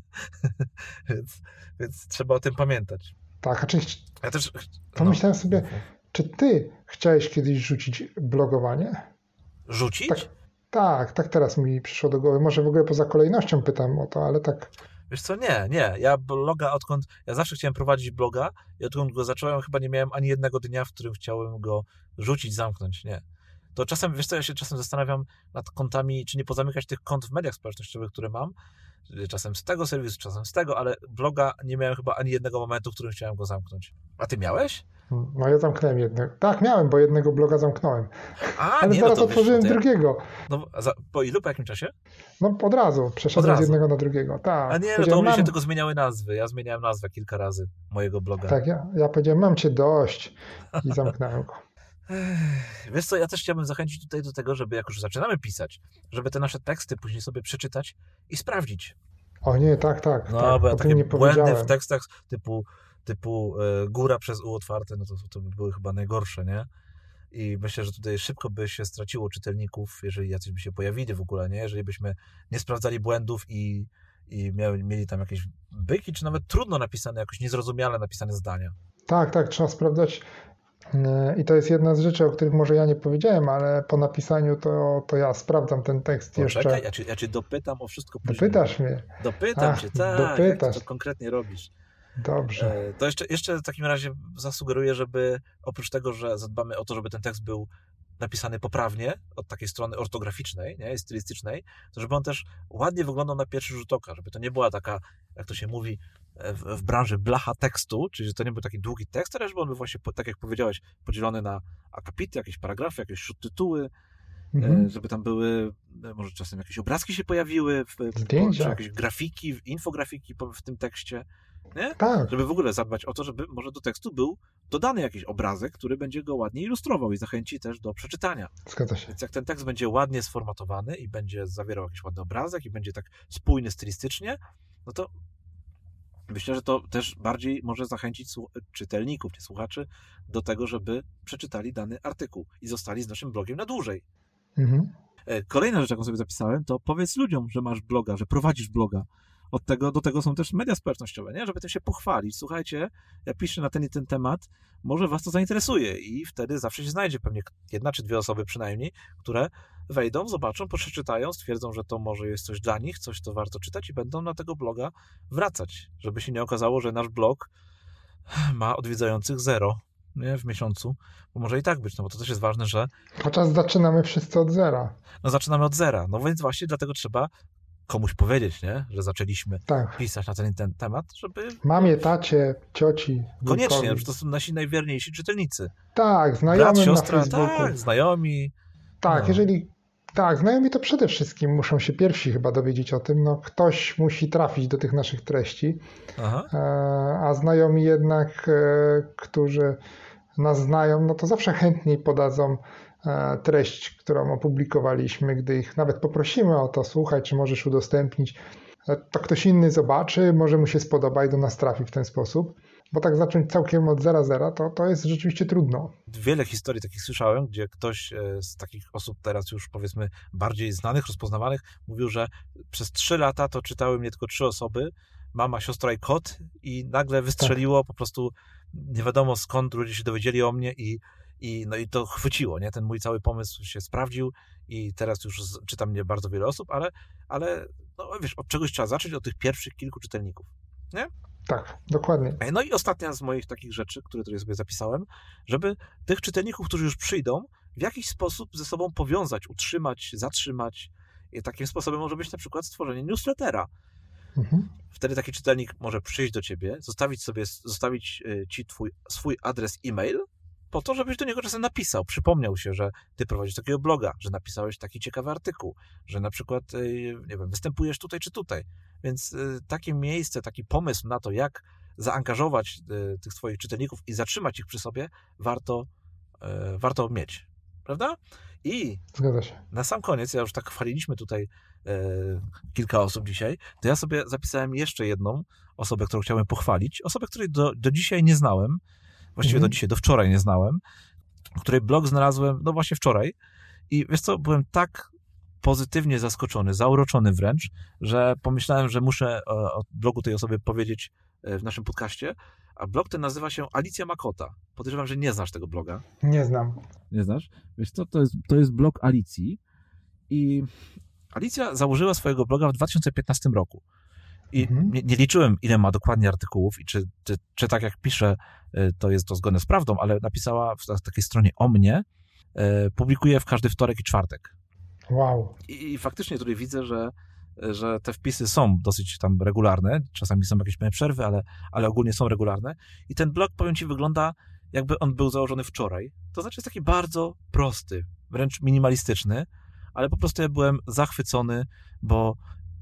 więc, więc trzeba o tym pamiętać. Tak, a czy ja też pomyślałem no. sobie, czy ty chciałeś kiedyś rzucić blogowanie? Rzucić? Tak, tak, tak teraz mi przyszło do głowy. Może w ogóle poza kolejnością pytam o to, ale tak. Wiesz co, nie, nie. Ja bloga odkąd, ja zawsze chciałem prowadzić bloga i odkąd go zacząłem, chyba nie miałem ani jednego dnia, w którym chciałem go rzucić, zamknąć, nie. To czasem, wiesz co, ja się czasem zastanawiam nad kontami, czy nie pozamykać tych kont w mediach społecznościowych, które mam, czasem z tego serwisu, czasem z tego, ale bloga nie miałem chyba ani jednego momentu, w którym chciałem go zamknąć. A ty miałeś? No ja zamknąłem jednego. Tak, miałem, bo jednego bloga zamknąłem. A, ale nie, zaraz no to otworzyłem wiesz, drugiego. No, za, po ilu, po jakim czasie? No od razu, przeszedłem od z jednego na drugiego. Tak. A nie, no to u mnie mam... się tylko zmieniały nazwy. Ja zmieniałem nazwę kilka razy mojego bloga. Tak, ja, ja powiedziałem, mam cię dość i zamknąłem go. Wiesz co, ja też chciałbym zachęcić tutaj do tego, żeby jak już zaczynamy pisać, żeby te nasze teksty później sobie przeczytać i sprawdzić. O nie, tak, tak. No, tak, bo ja takie nie błędy w tekstach typu, typu e, góra przez U otwarte, no to, to by były chyba najgorsze, nie? I myślę, że tutaj szybko by się straciło czytelników, jeżeli jacyś by się pojawili w ogóle, nie? Jeżeli byśmy nie sprawdzali błędów i, i miały, mieli tam jakieś byki, czy nawet trudno napisane, jakoś niezrozumiale napisane zdania. Tak, tak, trzeba sprawdzać. I to jest jedna z rzeczy, o których może ja nie powiedziałem, ale po napisaniu to, to ja sprawdzam ten tekst Poczekaj, jeszcze. Poczekaj, ja cię, ja cię dopytam o wszystko później. Dopytasz mnie? Dopytam Ach, cię, tak. Dopytasz. Jak ty to konkretnie robisz? Dobrze. To jeszcze, jeszcze w takim razie zasugeruję, żeby oprócz tego, że zadbamy o to, żeby ten tekst był napisany poprawnie, od takiej strony ortograficznej, nie, stylistycznej, to żeby on też ładnie wyglądał na pierwszy rzut oka, żeby to nie była taka, jak to się mówi w, w branży, blacha tekstu, czyli że to nie był taki długi tekst, ale żeby on był właśnie, tak jak powiedziałeś, podzielony na akapity, jakieś paragrafy, jakieś śródtytuły, mhm. żeby tam były, może czasem jakieś obrazki się pojawiły, Zdjęcia. Czy jakieś grafiki, infografiki w tym tekście, nie? Tak. Żeby w ogóle zadbać o to, żeby może do tekstu był dodany jakiś obrazek, który będzie go ładnie ilustrował i zachęci też do przeczytania. Zgadza się. Więc jak ten tekst będzie ładnie sformatowany i będzie zawierał jakiś ładny obrazek i będzie tak spójny stylistycznie, no to myślę, że to też bardziej może zachęcić czytelników, nie słuchaczy, do tego, żeby przeczytali dany artykuł i zostali z naszym blogiem na dłużej. Mhm. Kolejna rzecz, jaką sobie zapisałem, to powiedz ludziom, że masz bloga, że prowadzisz bloga. Od tego, do tego są też media społecznościowe, nie? Żeby tym się pochwalić. Słuchajcie, ja piszę na ten i ten temat, może was to zainteresuje i wtedy zawsze się znajdzie pewnie jedna czy dwie osoby przynajmniej, które wejdą, zobaczą, przeczytają, stwierdzą, że to może jest coś dla nich, coś, co warto czytać i będą na tego bloga wracać. Żeby się nie okazało, że nasz blog ma odwiedzających zero, nie? W miesiącu, bo może i tak być, no bo to też jest ważne, że... Chociaż zaczynamy wszyscy od zera. No zaczynamy od zera, no więc właśnie dlatego trzeba komuś powiedzieć, nie? Że zaczęliśmy tak. pisać na ten, ten temat, żeby... Mamie, tacie, cioci. Koniecznie, wujkowi. To są nasi najwierniejsi czytelnicy. Tak, znajomi Brat, siostra, na Facebooku. Tak, znajomi. Tak, no. jeżeli... Tak, znajomi to przede wszystkim muszą się pierwsi chyba dowiedzieć o tym. No, ktoś musi trafić do tych naszych treści. Aha. A znajomi jednak, którzy nas znają, no to zawsze chętniej podadzą treść, którą opublikowaliśmy, gdy ich nawet poprosimy o to, słuchaj, czy możesz udostępnić, to ktoś inny zobaczy, może mu się spodoba i do nas trafi w ten sposób, bo tak zacząć całkiem od zera zera, to, to jest rzeczywiście trudno. Wiele historii takich słyszałem, gdzie ktoś z takich osób teraz już powiedzmy bardziej znanych, rozpoznawanych, mówił, że przez trzy lata to czytały mnie tylko trzy osoby, mama, siostra i kot i nagle wystrzeliło tak. Po prostu nie wiadomo skąd ludzie się dowiedzieli o mnie i I, no i to chwyciło, nie? Ten mój cały pomysł się sprawdził i teraz już czyta mnie bardzo wiele osób, ale, ale no wiesz, od czegoś trzeba zacząć, od tych pierwszych kilku czytelników, nie? Tak, dokładnie. No i ostatnia z moich takich rzeczy, które tutaj sobie zapisałem, żeby tych czytelników, którzy już przyjdą, w jakiś sposób ze sobą powiązać, utrzymać, zatrzymać. I takim sposobem może być na przykład stworzenie newslettera. Mhm. Wtedy taki czytelnik może przyjść do ciebie, zostawić sobie, zostawić ci twój, swój adres e-mail, po to, żebyś do niego czasem napisał, przypomniał się, że ty prowadzisz takiego bloga, że napisałeś taki ciekawy artykuł, że na przykład, nie wiem, występujesz tutaj czy tutaj. Więc y, takie miejsce, taki pomysł na to, jak zaangażować y, tych swoich czytelników i zatrzymać ich przy sobie, warto, y, warto mieć. Prawda? I Zgadza się. na sam koniec, ja już tak chwaliliśmy tutaj y, kilka osób dzisiaj, to ja sobie zapisałem jeszcze jedną osobę, którą chciałem pochwalić. Osobę, której do, do dzisiaj nie znałem. Właściwie mhm. do dzisiaj, do wczoraj nie znałem. Której blog znalazłem, no właśnie wczoraj. I wiesz co, byłem tak pozytywnie zaskoczony, zauroczony wręcz, że pomyślałem, że muszę o, o blogu tej osoby powiedzieć w naszym podcaście, a blog ten nazywa się Alicja Makota. Podejrzewam, że nie znasz tego bloga. Nie znam. Nie znasz? Wiesz co, to jest, to jest blog Alicji i Alicja założyła swojego bloga w dwa tysiące piętnastym roku. I mhm. nie, nie liczyłem, ile ma dokładnie artykułów i czy, czy, czy tak jak pisze, to jest to zgodne z prawdą, ale napisała w takiej stronie o mnie, publikuje w każdy wtorek i czwartek. Wow. I, i faktycznie tutaj widzę, że, że te wpisy są dosyć tam regularne, czasami są jakieś małe przerwy, ale, ale ogólnie są regularne. I ten blog, powiem ci, wygląda jakby on był założony wczoraj. To znaczy jest taki bardzo prosty, wręcz minimalistyczny, ale po prostu ja byłem zachwycony, bo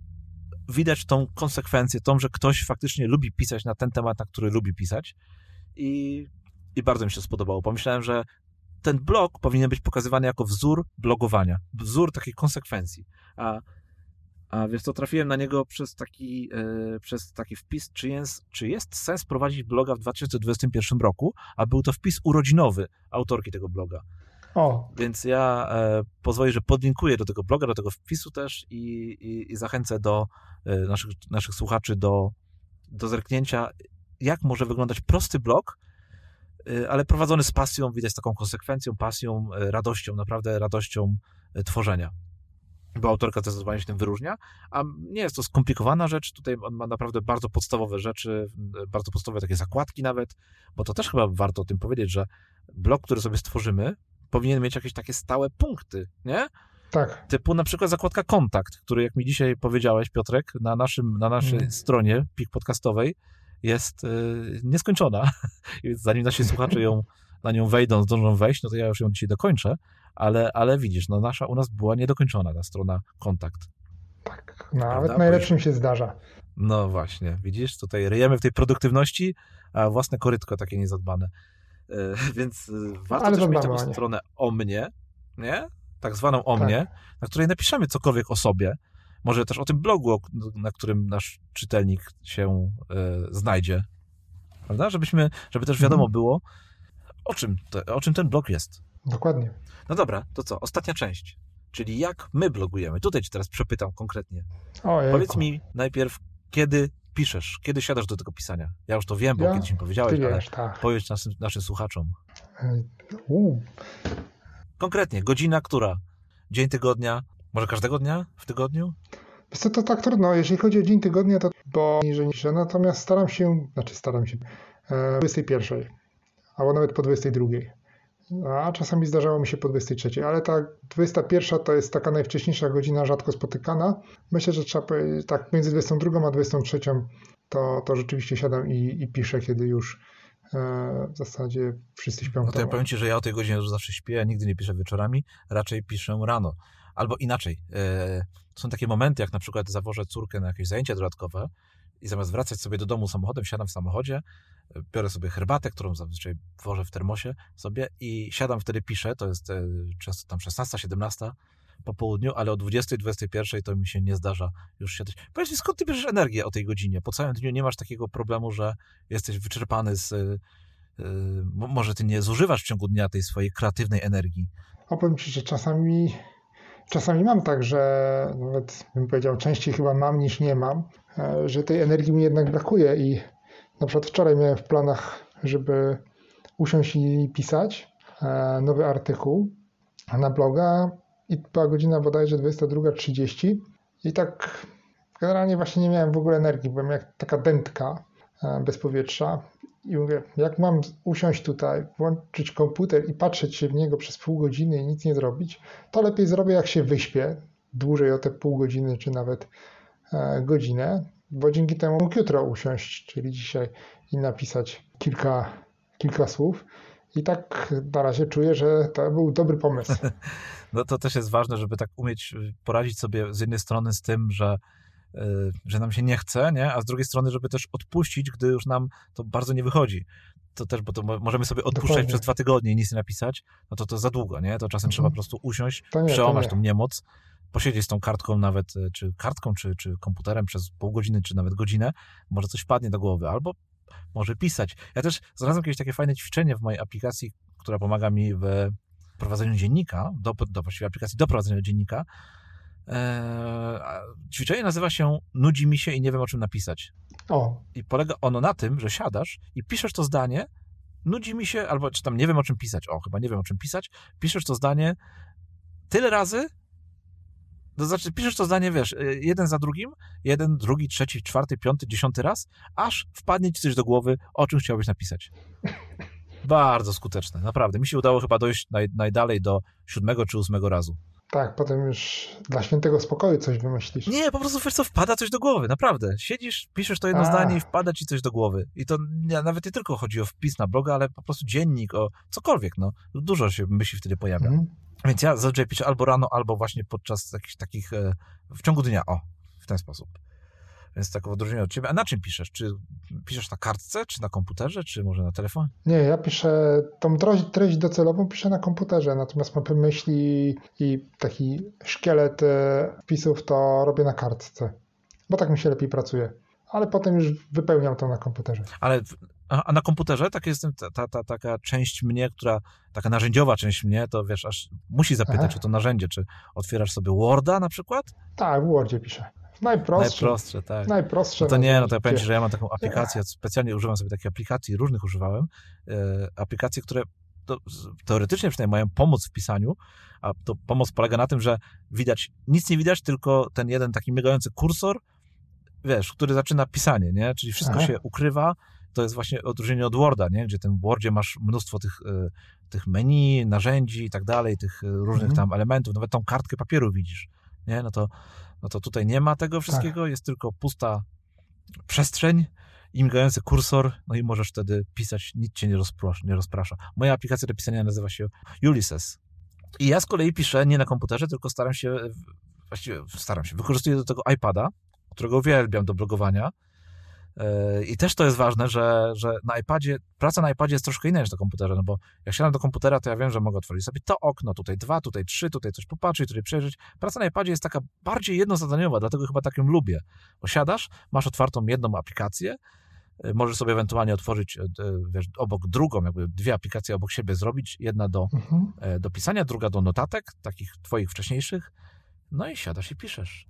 widać tą konsekwencję, tą, że ktoś faktycznie lubi pisać na ten temat, na który lubi pisać i, i bardzo mi się spodobało. Pomyślałem, że ten blog powinien być pokazywany jako wzór blogowania, wzór takiej konsekwencji. A, a wiesz co, trafiłem na niego przez taki, e, przez taki wpis, czy jest, czy jest sens prowadzić bloga w dwa tysiące dwudziestym pierwszym roku, a był to wpis urodzinowy autorki tego bloga. O. Więc ja e, pozwolę, że podlinkuję do tego bloga, do tego wpisu też i, i, i zachęcę do e, naszych, naszych słuchaczy do, do zerknięcia, jak może wyglądać prosty blog, e, ale prowadzony z pasją, widać taką konsekwencją, pasją, e, radością, naprawdę radością e, tworzenia. Bo autorka zdecydowanie się tym wyróżnia, a nie jest to skomplikowana rzecz, tutaj on ma naprawdę bardzo podstawowe rzeczy, bardzo podstawowe takie zakładki nawet, bo to też chyba warto o tym powiedzieć, że blog, który sobie stworzymy, powinien mieć jakieś takie stałe punkty, nie? Tak. Typu na przykład zakładka kontakt, który jak mi dzisiaj powiedziałeś, Piotrek, na, naszym, na naszej mm. stronie Pik Podcastowej jest yy, nieskończona. I zanim nasi słuchacze ją, na nią wejdą, zdążą wejść, no to ja już ją dzisiaj dokończę, ale, ale widzisz, no nasza u nas była niedokończona ta strona kontakt. Tak, nawet Prawda? Najlepszym się zdarza. No właśnie, widzisz, tutaj ryjemy w tej produktywności, a własne korytko takie niezadbane. Więc warto Ale też mieć taką stronę o mnie, nie? Tak zwaną o tak. mnie, na której napiszemy cokolwiek o sobie. Może też o tym blogu, na którym nasz czytelnik się y, znajdzie. Prawda? Żebyśmy, żeby też wiadomo było, o czym, to, o czym ten blog jest. Dokładnie. No dobra, to co? Ostatnia część. Czyli jak my blogujemy. Tutaj cię teraz przepytam konkretnie. Ojejku. Powiedz mi najpierw, kiedy piszesz? Kiedy siadasz do tego pisania? Ja już to wiem, bo ja? kiedyś mi powiedziałeś, Ty ale wiesz, tak. powiedz naszym, naszym słuchaczom. U. Konkretnie, godzina, która? Dzień tygodnia? Może każdego dnia w tygodniu? Wiesz co, to tak trudno. Jeśli chodzi o dzień tygodnia, to bo niżej niż natomiast staram się, znaczy staram się, e, dwudziestej pierwszej, albo nawet po dwudziestej drugiej. A czasami zdarzało mi się po dwudziestej trzeciej, ale ta dwudziesta pierwsza to jest taka najwcześniejsza godzina, rzadko spotykana. Myślę, że trzeba powiedzieć, tak między dwudziestą drugą a dwudziestą trzecią to, to rzeczywiście siadam i, i piszę, kiedy już e, w zasadzie wszyscy śpią. No to ja powiem ci, że ja o tej godzinie już zawsze śpię, ja nigdy nie piszę wieczorami, raczej piszę rano. Albo inaczej, e, są takie momenty, jak na przykład zawożę córkę na jakieś zajęcia dodatkowe i zamiast wracać sobie do domu samochodem, siadam w samochodzie, biorę sobie herbatę, którą zazwyczaj wożę w termosie sobie i siadam, wtedy piszę, to jest e, często tam szesnasta, siedemnasta po południu, ale o dwudziestej, dwudziestej pierwszej to mi się nie zdarza już siadać. Powiedz mi, skąd ty bierzesz energię o tej godzinie? Po całym dniu nie masz takiego problemu, że jesteś wyczerpany z... E, e, może ty nie zużywasz w ciągu dnia tej swojej kreatywnej energii? Opowiem ci, że czasami... Czasami mam tak, że nawet bym powiedział, częściej chyba mam niż nie mam, że tej energii mi jednak brakuje i na przykład wczoraj miałem w planach, żeby usiąść i pisać nowy artykuł na bloga i była godzina bodajże dwudziesta druga trzydzieści i tak generalnie właśnie nie miałem w ogóle energii, byłem jak taka dętka bez powietrza i mówię, jak mam usiąść tutaj, włączyć komputer i patrzeć się w niego przez pół godziny i nic nie zrobić, to lepiej zrobię, jak się wyśpię dłużej o te pół godziny, czy nawet e, godzinę, bo dzięki temu mógł jutro usiąść, czyli dzisiaj i napisać kilka, kilka słów. I tak na razie czuję, że to był dobry pomysł. No to też jest ważne, żeby tak umieć poradzić sobie z jednej strony z tym, że że nam się nie chce, nie? A z drugiej strony, żeby też odpuścić, gdy już nam to bardzo nie wychodzi. To też, bo to możemy sobie odpuszczać Dokładnie. przez dwa tygodnie i nic nie napisać, no to to za długo, nie? To czasem mhm. trzeba po prostu usiąść, to nie, przełamać to tą niemoc, posiedzieć z tą kartką nawet, czy kartką, czy, czy komputerem przez pół godziny, czy nawet godzinę, może coś wpadnie do głowy, albo może pisać. Ja też znalazłem kiedyś takie fajne ćwiczenie w mojej aplikacji, która pomaga mi w prowadzeniu dziennika, do, do właściwie aplikacji do prowadzenia dziennika. Eee, ćwiczenie nazywa się Nudzi mi się i nie wiem, o czym napisać. O. I polega ono na tym, że siadasz i piszesz to zdanie, nudzi mi się, albo czy tam nie wiem, o czym pisać, o, chyba nie wiem, o czym pisać, piszesz to zdanie tyle razy, to znaczy piszesz to zdanie, wiesz, jeden za drugim, jeden, drugi, trzeci, czwarty, piąty, dziesiąty raz, aż wpadnie ci coś do głowy, o czym chciałbyś napisać. Bardzo skuteczne, naprawdę. Mi się udało chyba dojść naj, najdalej do siódmego czy ósmego razu. Tak, potem już dla świętego spokoju coś wymyślisz. Nie, po prostu wiesz co, wpada coś do głowy, naprawdę. Siedzisz, piszesz to jedno A. zdanie i wpada ci coś do głowy. I to nie, nawet nie tylko chodzi o wpis na bloga, ale po prostu dziennik, o cokolwiek, no. Dużo się myśli wtedy pojawia. Mhm. Więc ja zazwyczaj piszę albo rano, albo właśnie podczas jakichś takich, e, w ciągu dnia, o, w ten sposób. Więc tak w odróżnieniu od ciebie. A na czym piszesz? Czy piszesz na kartce, czy na komputerze, czy może na telefonie? Nie, ja piszę tą treść docelową, piszę na komputerze, natomiast mapy myśli i taki szkielet wpisów to robię na kartce, bo tak mi się lepiej pracuje. Ale potem już wypełniam to na komputerze. Ale a na komputerze tak jest ta, ta, ta taka część mnie, która, taka narzędziowa część mnie, to wiesz, aż musi zapytać Aha. o to narzędzie, czy otwierasz sobie Worda na przykład? Tak, w Wordzie piszę. Najprostsze. Najprostsze, tak. Najprostsze. No to nie, no to ja powiem ci, że ja mam taką aplikację, specjalnie używam sobie takiej aplikacji, różnych używałem, e, aplikacje, które to, teoretycznie przynajmniej mają pomóc w pisaniu, a to pomoc polega na tym, że widać, nic nie widać, tylko ten jeden taki migający kursor, wiesz, który zaczyna pisanie, nie? Czyli wszystko Aha. się ukrywa, to jest właśnie odróżnienie od Worda, nie? Gdzie w Wordzie masz mnóstwo tych, tych menu, narzędzi i tak dalej, tych różnych mhm. tam elementów, nawet tą kartkę papieru widzisz, nie? No to, no to tutaj nie ma tego wszystkiego, tak. jest tylko pusta przestrzeń i migający kursor, no i możesz wtedy pisać, nic cię nie, rozprosz, nie rozprasza. Moja aplikacja do pisania nazywa się Ulysses. I ja z kolei piszę nie na komputerze, tylko staram się, właściwie staram się, wykorzystuję do tego iPada, którego uwielbiam do blogowania. I też to jest ważne, że, że na iPadzie, praca na iPadzie jest troszkę inna niż na komputerze, no bo jak siadam do komputera, to ja wiem, że mogę otworzyć sobie to okno, tutaj dwa, tutaj trzy, tutaj coś popatrzeć, tutaj przejrzeć. Praca na iPadzie jest taka bardziej jednozadaniowa, dlatego chyba tak ją lubię, bo siadasz, masz otwartą jedną aplikację, możesz sobie ewentualnie otworzyć wiesz, obok drugą, jakby dwie aplikacje obok siebie zrobić, jedna do, mhm. do pisania, druga do notatek, takich twoich wcześniejszych, no i siadasz i piszesz.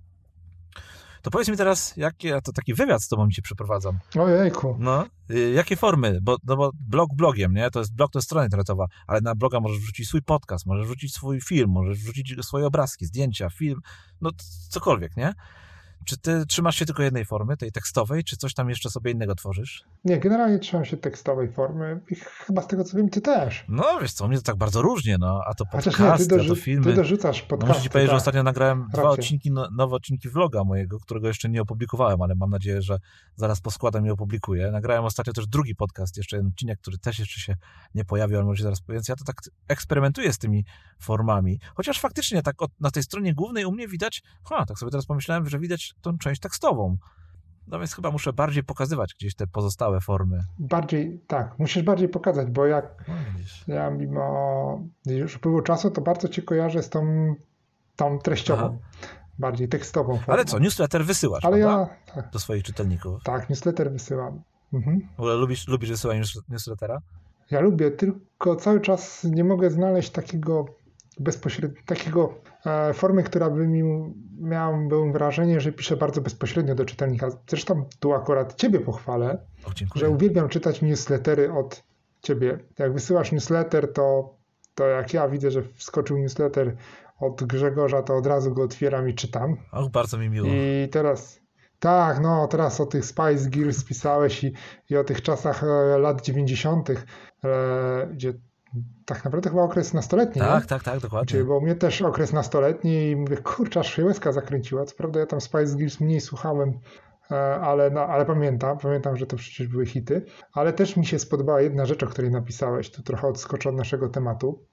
To powiedz mi teraz, jakie, ja to taki wywiad z tobą ci przeprowadzam. Ojejku. No, y, jakie formy? Bo, no bo blog blogiem, nie? To jest blog, to jest strona internetowa, ale na bloga możesz wrzucić swój podcast, możesz wrzucić swój film, możesz wrzucić swoje obrazki, zdjęcia, film, no cokolwiek, nie? Czy ty trzymasz się tylko jednej formy, tej tekstowej, czy coś tam jeszcze sobie innego tworzysz? Nie, generalnie trzymam się tekstowej formy i chyba z tego co wiem, ty też. No wiesz co, mnie to tak bardzo różnie, no, a to podcasty, nie, ty dorzu- a to filmy. Ty dorzucasz podcasty. No, muszę ci powiedzieć, tak. że ostatnio nagrałem Raczej. dwa odcinki, no, nowe odcinki vloga mojego, którego jeszcze nie opublikowałem, ale mam nadzieję, że zaraz poskładam i opublikuję. Nagrałem ostatnio też drugi podcast, jeszcze jeden odcinek, który też jeszcze się nie pojawił, ale może się zaraz pojawi. Więc ja to tak eksperymentuję z tymi formami. Chociaż faktycznie tak od, na tej stronie głównej u mnie widać, ha, tak sobie teraz pomyślałem, że widać tą część tekstową. No więc chyba muszę bardziej pokazywać gdzieś te pozostałe formy. Bardziej, tak, musisz bardziej pokazać, bo jak no, ja mimo już upływu czasu, to bardzo cię kojarzę z tą, tą treściową, Aha. bardziej tekstową formą. Ale co, newsletter wysyłasz, Ale ja, tak. do swoich czytelników? Tak, newsletter wysyłam. Mhm. W ogóle lubisz, lubisz wysyłanie newslettera? Ja lubię, tylko cały czas nie mogę znaleźć takiego bezpośrednio, takiego e, formy, która by mi miałem byłem wrażenie, że piszę bardzo bezpośrednio do czytelnika. Zresztą tu akurat ciebie pochwalę, o, że uwielbiam czytać newslettery od ciebie. Jak wysyłasz newsletter, to, to jak ja widzę, że wskoczył newsletter od Grzegorza, to od razu go otwieram i czytam. Och, bardzo mi miło. I teraz, tak, no teraz o tych Spice Girls pisałeś i, i o tych czasach e, lat dziewięćdziesiątych, e, gdzie tak naprawdę chyba okres nastoletni. Tak, nie? tak, tak, dokładnie. Czyli, bo u mnie też okres nastoletni i mówię, kurczę, aż się łezka zakręciła. Co prawda ja tam Spice Girls mniej słuchałem, ale, no, ale pamiętam, pamiętam, że to przecież były hity. Ale też mi się spodobała jedna rzecz, o której napisałeś, tu trochę odskoczę od naszego tematu.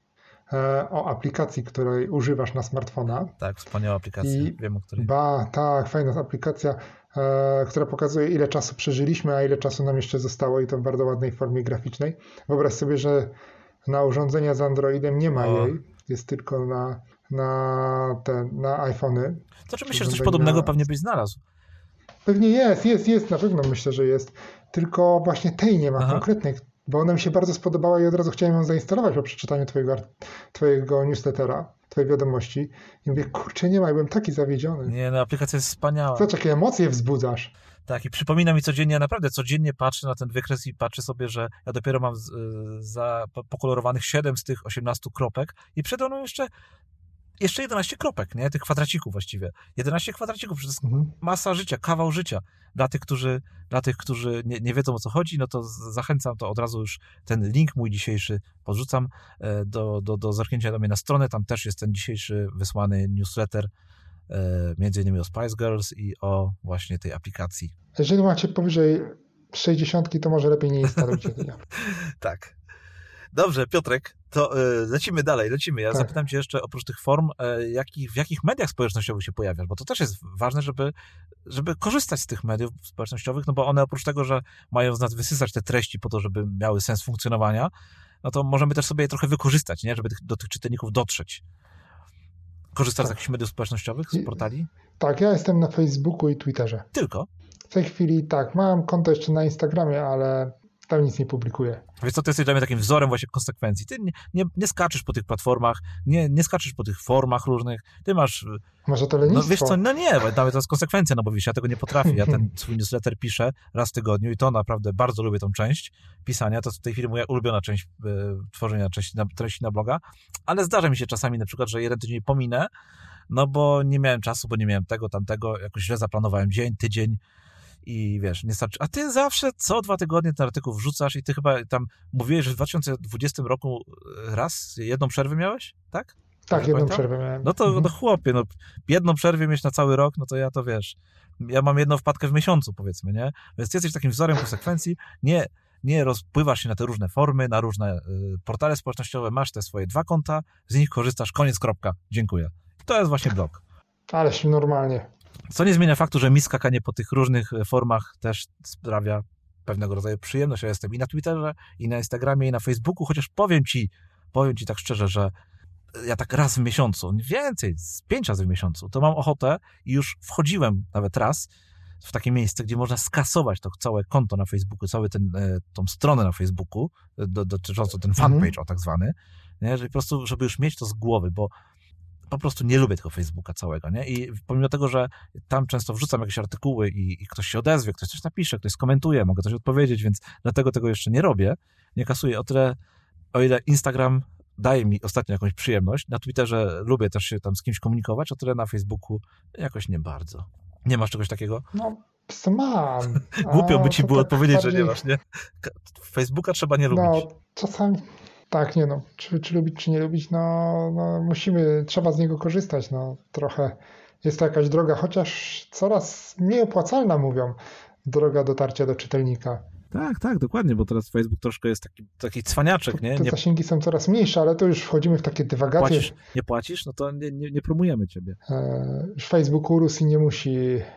e, o aplikacji, której używasz na smartfona. Tak, wspaniała aplikacja, I wiem o której. Ba, tak, fajna aplikacja, e, która pokazuje, ile czasu przeżyliśmy, a ile czasu nam jeszcze zostało i to w bardzo ładnej formie graficznej. Wyobraź sobie, że na urządzenia z Androidem nie ma O. jej, jest tylko na, na, te, na iPhony. To czy myślę, że coś Urządzenia- podobnego pewnie byś znalazł. Pewnie jest, jest, jest, na pewno myślę, że jest. Tylko właśnie tej nie ma Aha. konkretnej, bo ona mi się bardzo spodobała i od razu chciałem ją zainstalować po przeczytaniu twojego, art- twojego newslettera, twojej wiadomości. I mówię, kurczę, nie ma, i byłem taki zawiedziony. Nie, no aplikacja jest wspaniała. Zobacz, jakie emocje wzbudzasz. Tak, i przypomina mi codziennie, ja naprawdę codziennie patrzę na ten wykres i patrzę sobie, że ja dopiero mam z, y, za po- pokolorowanych siedem z tych osiemnastu kropek i przede mną jeszcze, jeszcze jedenaście kropek, nie? Tych kwadracików właściwie. jedenaście kwadracików, to jest Mhm. masa życia, kawał życia. Dla tych, którzy, dla tych, którzy nie, nie wiedzą, o co chodzi, no to z- zachęcam, to od razu już ten link mój dzisiejszy podrzucam e, do, do, do zerknięcia do mnie na stronę, tam też jest ten dzisiejszy wysłany newsletter, e, między innymi o Spice Girls i o właśnie tej aplikacji. Jeżeli macie powyżej sześćdziesiątki, to może lepiej nie instalujcie tego. Tak. Dobrze, Piotrek, to y, lecimy dalej, lecimy. Ja Tak. zapytam cię jeszcze oprócz tych form, y, jakich, w jakich mediach społecznościowych się pojawiasz, bo to też jest ważne, żeby, żeby korzystać z tych mediów społecznościowych, no bo one oprócz tego, że mają z nas wysysać te treści po to, żeby miały sens funkcjonowania, no to możemy też sobie je trochę wykorzystać, nie? Żeby tych, do tych czytelników dotrzeć. Korzystasz z Tak. jakichś mediów społecznościowych, z I- portali? Tak, ja jestem na Facebooku i Twitterze. Tylko. W tej chwili tak, mam konto jeszcze na Instagramie, ale tam nic nie publikuję. Wiesz co, ty jesteś dla mnie takim wzorem właśnie konsekwencji. Ty nie, nie, nie skaczesz po tych platformach, nie, nie skaczesz po tych formach różnych, ty masz... Może to No lenistwo? wiesz co, no nie, bo nawet to jest konsekwencja, no bo wiesz, ja tego nie potrafię. Ja ten swój newsletter piszę raz w tygodniu i to naprawdę bardzo lubię tą część pisania. To jest w tej chwili moja ulubiona część e, tworzenia treści na, treści na bloga, ale zdarza mi się czasami na przykład, że jeden tydzień pominę, no bo nie miałem czasu, bo nie miałem tego, tamtego, jakoś źle zaplanowałem dzień, tydzień i wiesz, nie starczy. A ty zawsze co dwa tygodnie ten artykuł wrzucasz i ty chyba tam mówiłeś, że w dwa tysiące dwudziestym roku raz jedną przerwę miałeś, tak? Tak, jedną pamiętam? przerwę miałem. No to Mhm. no chłopie, no jedną przerwę mieć na cały rok, no to ja to wiesz, ja mam jedną wpadkę w miesiącu, powiedzmy, nie? Więc ty jesteś takim wzorem konsekwencji, nie, nie rozpływasz się na te różne formy, na różne y, portale społecznościowe, masz te swoje dwa konta, z nich korzystasz, koniec, kropka, dziękuję. To jest właśnie blog. Ależ normalnie. Co nie zmienia faktu, że mi skakanie po tych różnych formach też sprawia pewnego rodzaju przyjemność. Ja jestem i na Twitterze, i na Instagramie, i na Facebooku, chociaż powiem ci, powiem ci tak szczerze, że ja tak raz w miesiącu, więcej, z pięć razy w miesiącu, to mam ochotę i już wchodziłem nawet raz w takie miejsce, gdzie można skasować to całe konto na Facebooku, całą ten, tą stronę na Facebooku, do, dotyczącą ten fanpage, Mhm. o tak zwany, nie? Że po prostu, żeby już mieć to z głowy, bo po prostu nie lubię tego Facebooka całego, nie? I pomimo tego, że tam często wrzucam jakieś artykuły i, i ktoś się odezwie, ktoś coś napisze, ktoś skomentuje, mogę coś odpowiedzieć, więc dlatego tego jeszcze nie robię, nie kasuję. O tyle, o ile Instagram daje mi ostatnio jakąś przyjemność, na Twitterze lubię też się tam z kimś komunikować, o tyle na Facebooku jakoś nie bardzo. Nie masz czegoś takiego? No, co mam. Głupio by A, ci to było tak odpowiedzieć, bardziej- że nie masz, nie? Ka- Facebooka trzeba nie lubić. No, czasami... Tak, nie no. Czy, czy lubić, czy nie lubić, no, no musimy, trzeba z niego korzystać, no. Trochę jest to jakaś droga, chociaż coraz mniej opłacalna, mówią, droga dotarcia do czytelnika. Tak, tak, dokładnie, bo teraz Facebook troszkę jest taki, taki cwaniaczek, nie? Te Nie zasięgi są coraz mniejsze, ale to już wchodzimy w takie dywagacje. płacisz, nie płacisz, no to nie, nie, nie promujemy ciebie. E, Już Facebook urósł i nie musi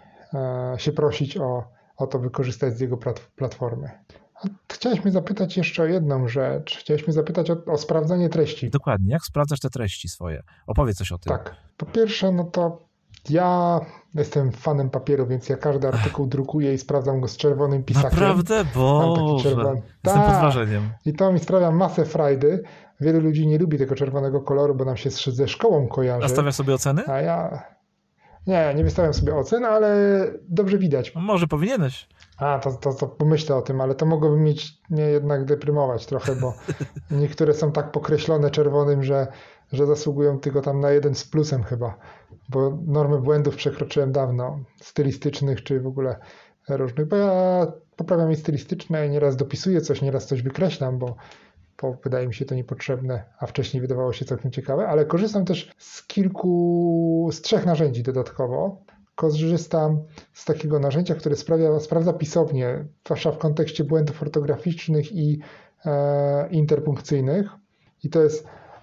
e, się prosić o, o to, by korzystać z jego plat- platformy. A chciałeś mnie zapytać jeszcze o jedną rzecz. Chciałeś mnie zapytać o, o sprawdzanie treści. Dokładnie, jak sprawdzasz te treści swoje? Opowiedz coś o tym. Tak. Po pierwsze, no to ja jestem fanem papieru, więc ja każdy artykuł drukuję i sprawdzam go z czerwonym pisakiem. Naprawdę? Mam taki Boże, czerwony. jestem pod Tak. wrażeniem. I to mi sprawia masę frajdy. Wielu ludzi nie lubi tego czerwonego koloru, bo nam się z- ze szkołą kojarzy. A stawiasz sobie oceny? A ja... Nie, nie wystawiam sobie ocen, ale dobrze widać. No, może powinieneś. A, to, to, to pomyślę o tym, ale to mogłoby mieć mnie jednak deprymować trochę, bo niektóre są tak pokreślone czerwonym, że, że zasługują tylko tam na jeden z plusem chyba, bo normy błędów przekroczyłem dawno, stylistycznych czy w ogóle różnych, bo ja poprawiam je stylistyczne, nieraz dopisuję coś, nieraz coś wykreślam, bo, bo wydaje mi się to niepotrzebne, a wcześniej wydawało się całkiem ciekawe, ale korzystam też z kilku, z trzech narzędzi dodatkowo. Korzystam z takiego narzędzia, które sprawia, sprawdza pisownię, zwłaszcza w kontekście błędów ortograficznych i e, interpunkcyjnych. I to jest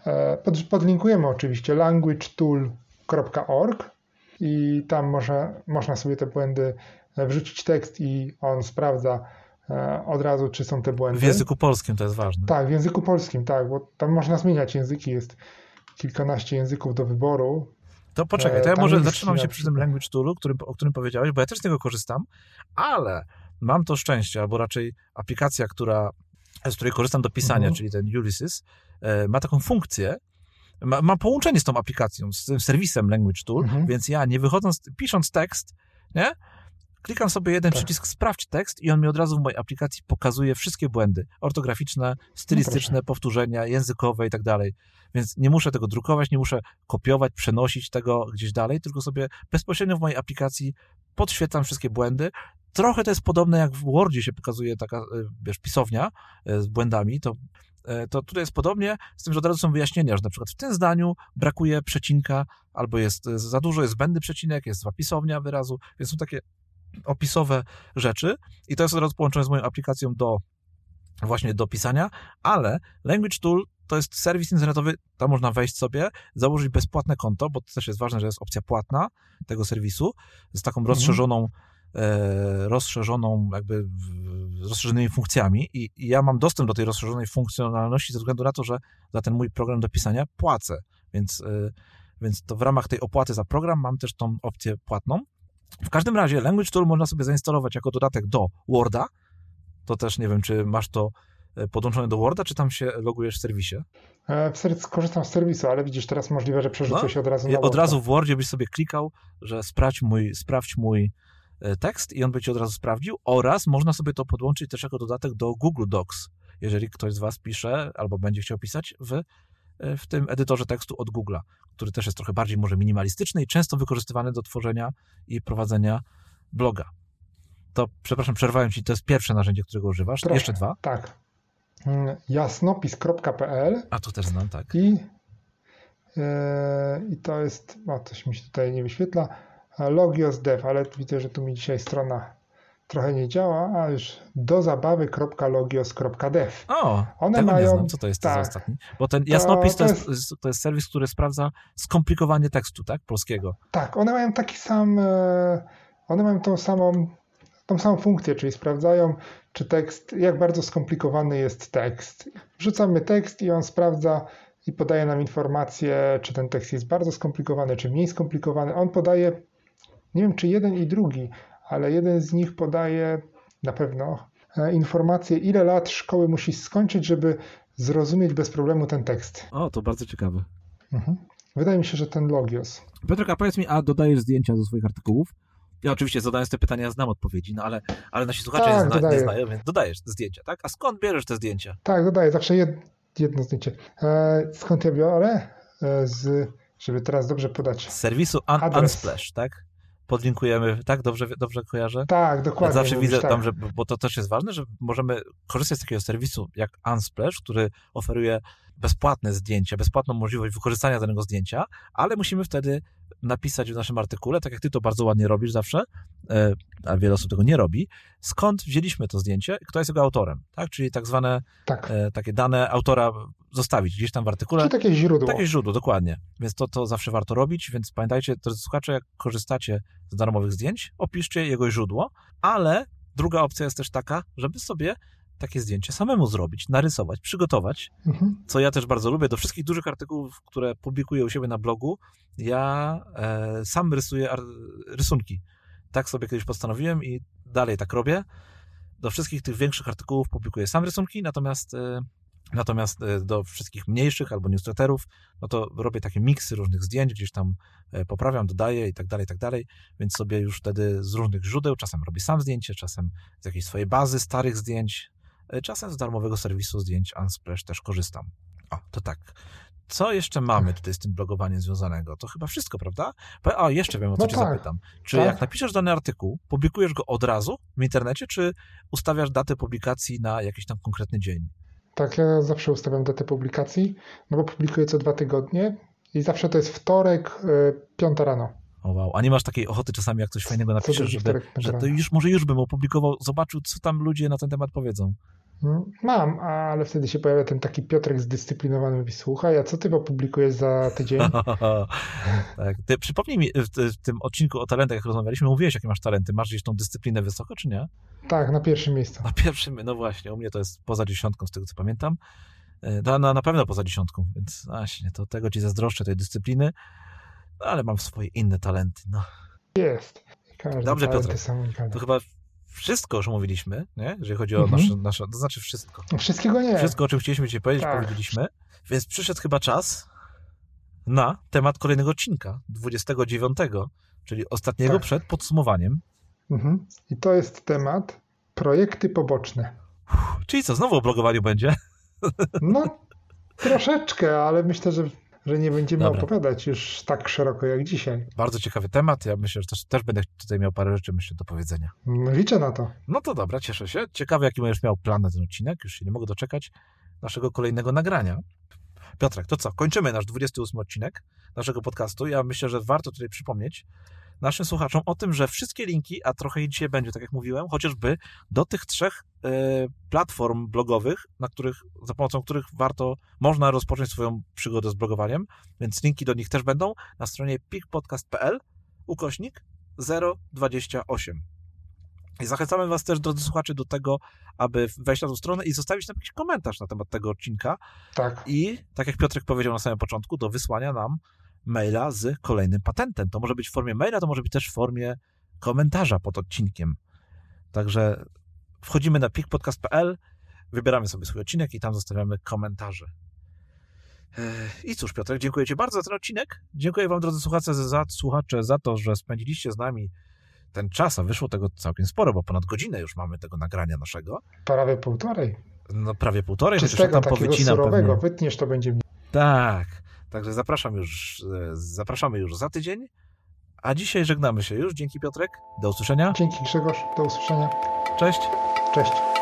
Pod, podlinkujemy oczywiście language tool kropka org i tam można, można sobie te błędy wrzucić tekst i on sprawdza od razu, czy są te błędy. W języku polskim to jest ważne. Tak, w języku polskim, tak, bo tam można zmieniać języki, jest kilkanaście języków do wyboru. To poczekaj, to ja tam może jest zatrzymam się na przy tym language toolu, którym, o którym powiedziałeś, bo ja też z niego korzystam, ale mam to szczęście, albo raczej aplikacja, która, z której korzystam do pisania, Mhm. czyli ten Ulysses, ma taką funkcję, ma, ma połączenie z tą aplikacją, z tym serwisem language tool, Mhm. więc ja nie wychodząc, pisząc tekst, nie? Klikam sobie jeden Tak. przycisk sprawdź tekst i on mi od razu w mojej aplikacji pokazuje wszystkie błędy ortograficzne, stylistyczne, No powtórzenia, językowe i tak dalej. Więc nie muszę tego drukować, nie muszę kopiować, przenosić tego gdzieś dalej, tylko sobie bezpośrednio w mojej aplikacji podświetlam wszystkie błędy. Trochę to jest podobne, jak w Wordzie się pokazuje taka, wiesz, pisownia z błędami, to, to tutaj jest podobnie, z tym, że od razu są wyjaśnienia, że na przykład w tym zdaniu brakuje przecinka, albo jest za dużo, jest zbędny przecinek, jest zła pisownia wyrazu, więc są takie opisowe rzeczy i to jest od razu połączone z moją aplikacją do właśnie do pisania, ale Language Tool to jest serwis internetowy, tam można wejść sobie, założyć bezpłatne konto, bo to też jest ważne, że jest opcja płatna tego serwisu z taką rozszerzoną e, rozszerzoną jakby w, rozszerzonymi funkcjami i, i ja mam dostęp do tej rozszerzonej funkcjonalności ze względu na to, że za ten mój program do pisania płacę, więc, e, więc to w ramach tej opłaty za program mam też tą opcję płatną. W każdym razie Language Tool można sobie zainstalować jako dodatek do Worda. To też nie wiem, czy masz to podłączone do Worda, czy tam się logujesz w serwisie? W serwis, korzystam z serwisu, ale widzisz, teraz możliwe, że przerzucę No, się od razu na od Worda. razu w Wordzie byś sobie klikał, że sprawdź mój, sprawdź mój tekst i on by ci od razu sprawdził oraz można sobie to podłączyć też jako dodatek do Google Docs, jeżeli ktoś z was pisze albo będzie chciał pisać w w tym edytorze tekstu od Google'a, który też jest trochę bardziej może minimalistyczny i często wykorzystywany do tworzenia i prowadzenia bloga. To, przepraszam, przerwałem ci, to jest pierwsze narzędzie, którego używasz. Proszę, Jeszcze dwa. Tak. jasnopis kropka p l A to też znam, tak. i, yy, i to jest, o, coś mi się tutaj nie wyświetla, Logios Dev, ale widzę, że tu mi dzisiaj strona trochę nie działa, a już do zabawy kropka logios kropka dev. O, one tego mają, nie znam. Co to jest tak, to za ostatni? Bo ten jasnopis to, to, to, jest, to jest serwis, który sprawdza skomplikowanie tekstu, tak? Polskiego. Tak, one mają taki sam, one mają tą samą, tą samą funkcję, czyli sprawdzają, czy tekst, jak bardzo skomplikowany jest tekst. Wrzucamy tekst i on sprawdza i podaje nam informację, czy ten tekst jest bardzo skomplikowany, czy mniej skomplikowany. On podaje, nie wiem, czy jeden i drugi, ale jeden z nich podaje na pewno informację, ile lat szkoły musi skończyć, żeby zrozumieć bez problemu ten tekst. O, to bardzo ciekawe. Mhm. Wydaje mi się, że ten Logios. Piotrek, a powiedz mi, a dodajesz zdjęcia do swoich artykułów? Ja oczywiście zadając te pytania, ja znam odpowiedzi, no ale, ale nasi słuchacze tak, nie, zna, dodaję. nie znają, więc dodajesz zdjęcia, tak? A skąd bierzesz te zdjęcia? Tak, dodaję zawsze jed, jedno zdjęcie. E, skąd ja biorę? E, z, żeby teraz dobrze podać. Z serwisu Un- adres. Unsplash, tak? Podlinkujemy, tak? Dobrze, dobrze kojarzę? Tak, dokładnie. Ja zawsze mówisz, widzę tak. tam, że, bo to też jest ważne, że możemy korzystać z takiego serwisu jak Unsplash, który oferuje bezpłatne zdjęcia, bezpłatną możliwość wykorzystania danego zdjęcia, ale musimy wtedy napisać w naszym artykule, tak jak ty to bardzo ładnie robisz zawsze, a wiele osób tego nie robi, skąd wzięliśmy to zdjęcie i kto jest jego autorem, tak? Czyli tak zwane Tak. takie dane autora zostawić gdzieś tam w artykule. Czy takie źródło. Takie źródło, dokładnie. Więc to, to zawsze warto robić, więc pamiętajcie, drodzy słuchacze, jak korzystacie z darmowych zdjęć, opiszcie jego źródło, ale druga opcja jest też taka, żeby sobie takie zdjęcie samemu zrobić, narysować, przygotować, Mhm. co ja też bardzo lubię. Do wszystkich dużych artykułów, które publikuję u siebie na blogu, ja e, sam rysuję ar- rysunki. Tak sobie kiedyś postanowiłem i dalej tak robię. Do wszystkich tych większych artykułów publikuję sam rysunki, natomiast e, Natomiast do wszystkich mniejszych albo newsletterów, no to robię takie miksy różnych zdjęć, gdzieś tam poprawiam, dodaję i tak dalej, i tak dalej, więc sobie już wtedy z różnych źródeł, czasem robię sam zdjęcie, czasem z jakiejś swojej bazy starych zdjęć, czasem z darmowego serwisu zdjęć Unsplash też korzystam. O, to tak. Co jeszcze mamy tutaj z tym blogowaniem związanego? To chyba wszystko, prawda? O, jeszcze wiem, o co No cię tak, zapytam. Czy tak. jak napiszesz dany artykuł, publikujesz go od razu w internecie, czy ustawiasz datę publikacji na jakiś tam konkretny dzień? Tak, ja zawsze ustawiam datę publikacji, no bo publikuję co dwa tygodnie i zawsze to jest wtorek, y, piąta rano. O wow. A nie masz takiej ochoty czasami, jak coś fajnego napiszesz, drugi żeby, wtorek, że to rano. już może już bym opublikował, zobaczył, co tam ludzie na ten temat powiedzą. Mam, ale wtedy się pojawia ten taki Piotrek zdyscyplinowany, mówi, słuchaj, a co ty opublikujesz za tydzień? Tak. Ty, przypomnij mi, w, w tym odcinku o talentach, jak rozmawialiśmy, mówiłeś, jakie masz talenty. Masz gdzieś tą dyscyplinę wysoko, czy nie? Tak, na pierwszym miejscu. Na pierwszym, no właśnie, u mnie to jest poza dziesiątką, z tego co pamiętam. No, na, na pewno poza dziesiątką, więc właśnie, to tego ci zazdroszczę, tej dyscypliny, no, ale mam swoje inne talenty, no. Jest. Każdy Dobrze, Piotrek, to chyba wszystko już mówiliśmy, nie? Jeżeli chodzi o mhm. nasze, nasze, to znaczy wszystko. Wszystkiego nie. Wszystko, o czym chcieliśmy ci powiedzieć, tak. powiedzieliśmy, więc przyszedł chyba czas na temat kolejnego odcinka, dwudziestego dziewiątego, czyli ostatniego tak. przed podsumowaniem. Mhm. I to jest temat projekty poboczne. Uff, czyli co, znowu o blogowaniu będzie? No, troszeczkę, ale myślę, że, że nie będziemy Dobra. opowiadać już tak szeroko jak dzisiaj. Bardzo ciekawy temat. Ja myślę, że też, też będę tutaj miał parę rzeczy, myślę, do powiedzenia. Liczę na to. No to dobra, cieszę się. Ciekawy, jaki będziesz miał plan na ten odcinek. Już się nie mogę doczekać naszego kolejnego nagrania. Piotrek, to co? Kończymy nasz dwudziesty ósmy odcinek naszego podcastu. Ja myślę, że warto tutaj przypomnieć naszym słuchaczom o tym, że wszystkie linki, a trochę ich dzisiaj będzie, tak jak mówiłem, chociażby do tych trzech y, platform blogowych, na których, za pomocą których warto, można rozpocząć swoją przygodę z blogowaniem, więc linki do nich też będą na stronie pikpodcast kropka p l ukośnik zero dwadzieścia osiem. I zachęcamy was też, drodzy słuchacze, do tego, aby wejść na tą stronę i zostawić nam jakiś komentarz na temat tego odcinka. Tak. I, tak jak Piotrek powiedział na samym początku, do wysłania nam maila z kolejnym patentem. To może być w formie maila, to może być też w formie komentarza pod odcinkiem. Także wchodzimy na pikpodcast kropka p l, wybieramy sobie swój odcinek i tam zostawiamy komentarze. I cóż, Piotrek, dziękuję ci bardzo za ten odcinek. Dziękuję wam, drodzy słuchacze, za, słuchacze, za to, że spędziliście z nami ten czas, a wyszło tego całkiem sporo, bo ponad godzinę już mamy tego nagrania naszego. Prawie półtorej. No prawie półtorej. Czystego, tam takiego surowego, pewnie. Wytniesz, to będzie... Tak, także zapraszam już, zapraszamy już za tydzień, a dzisiaj żegnamy się już. Dzięki, Piotrek, do usłyszenia. Dzięki, Grzegorz, do usłyszenia. Cześć. Cześć.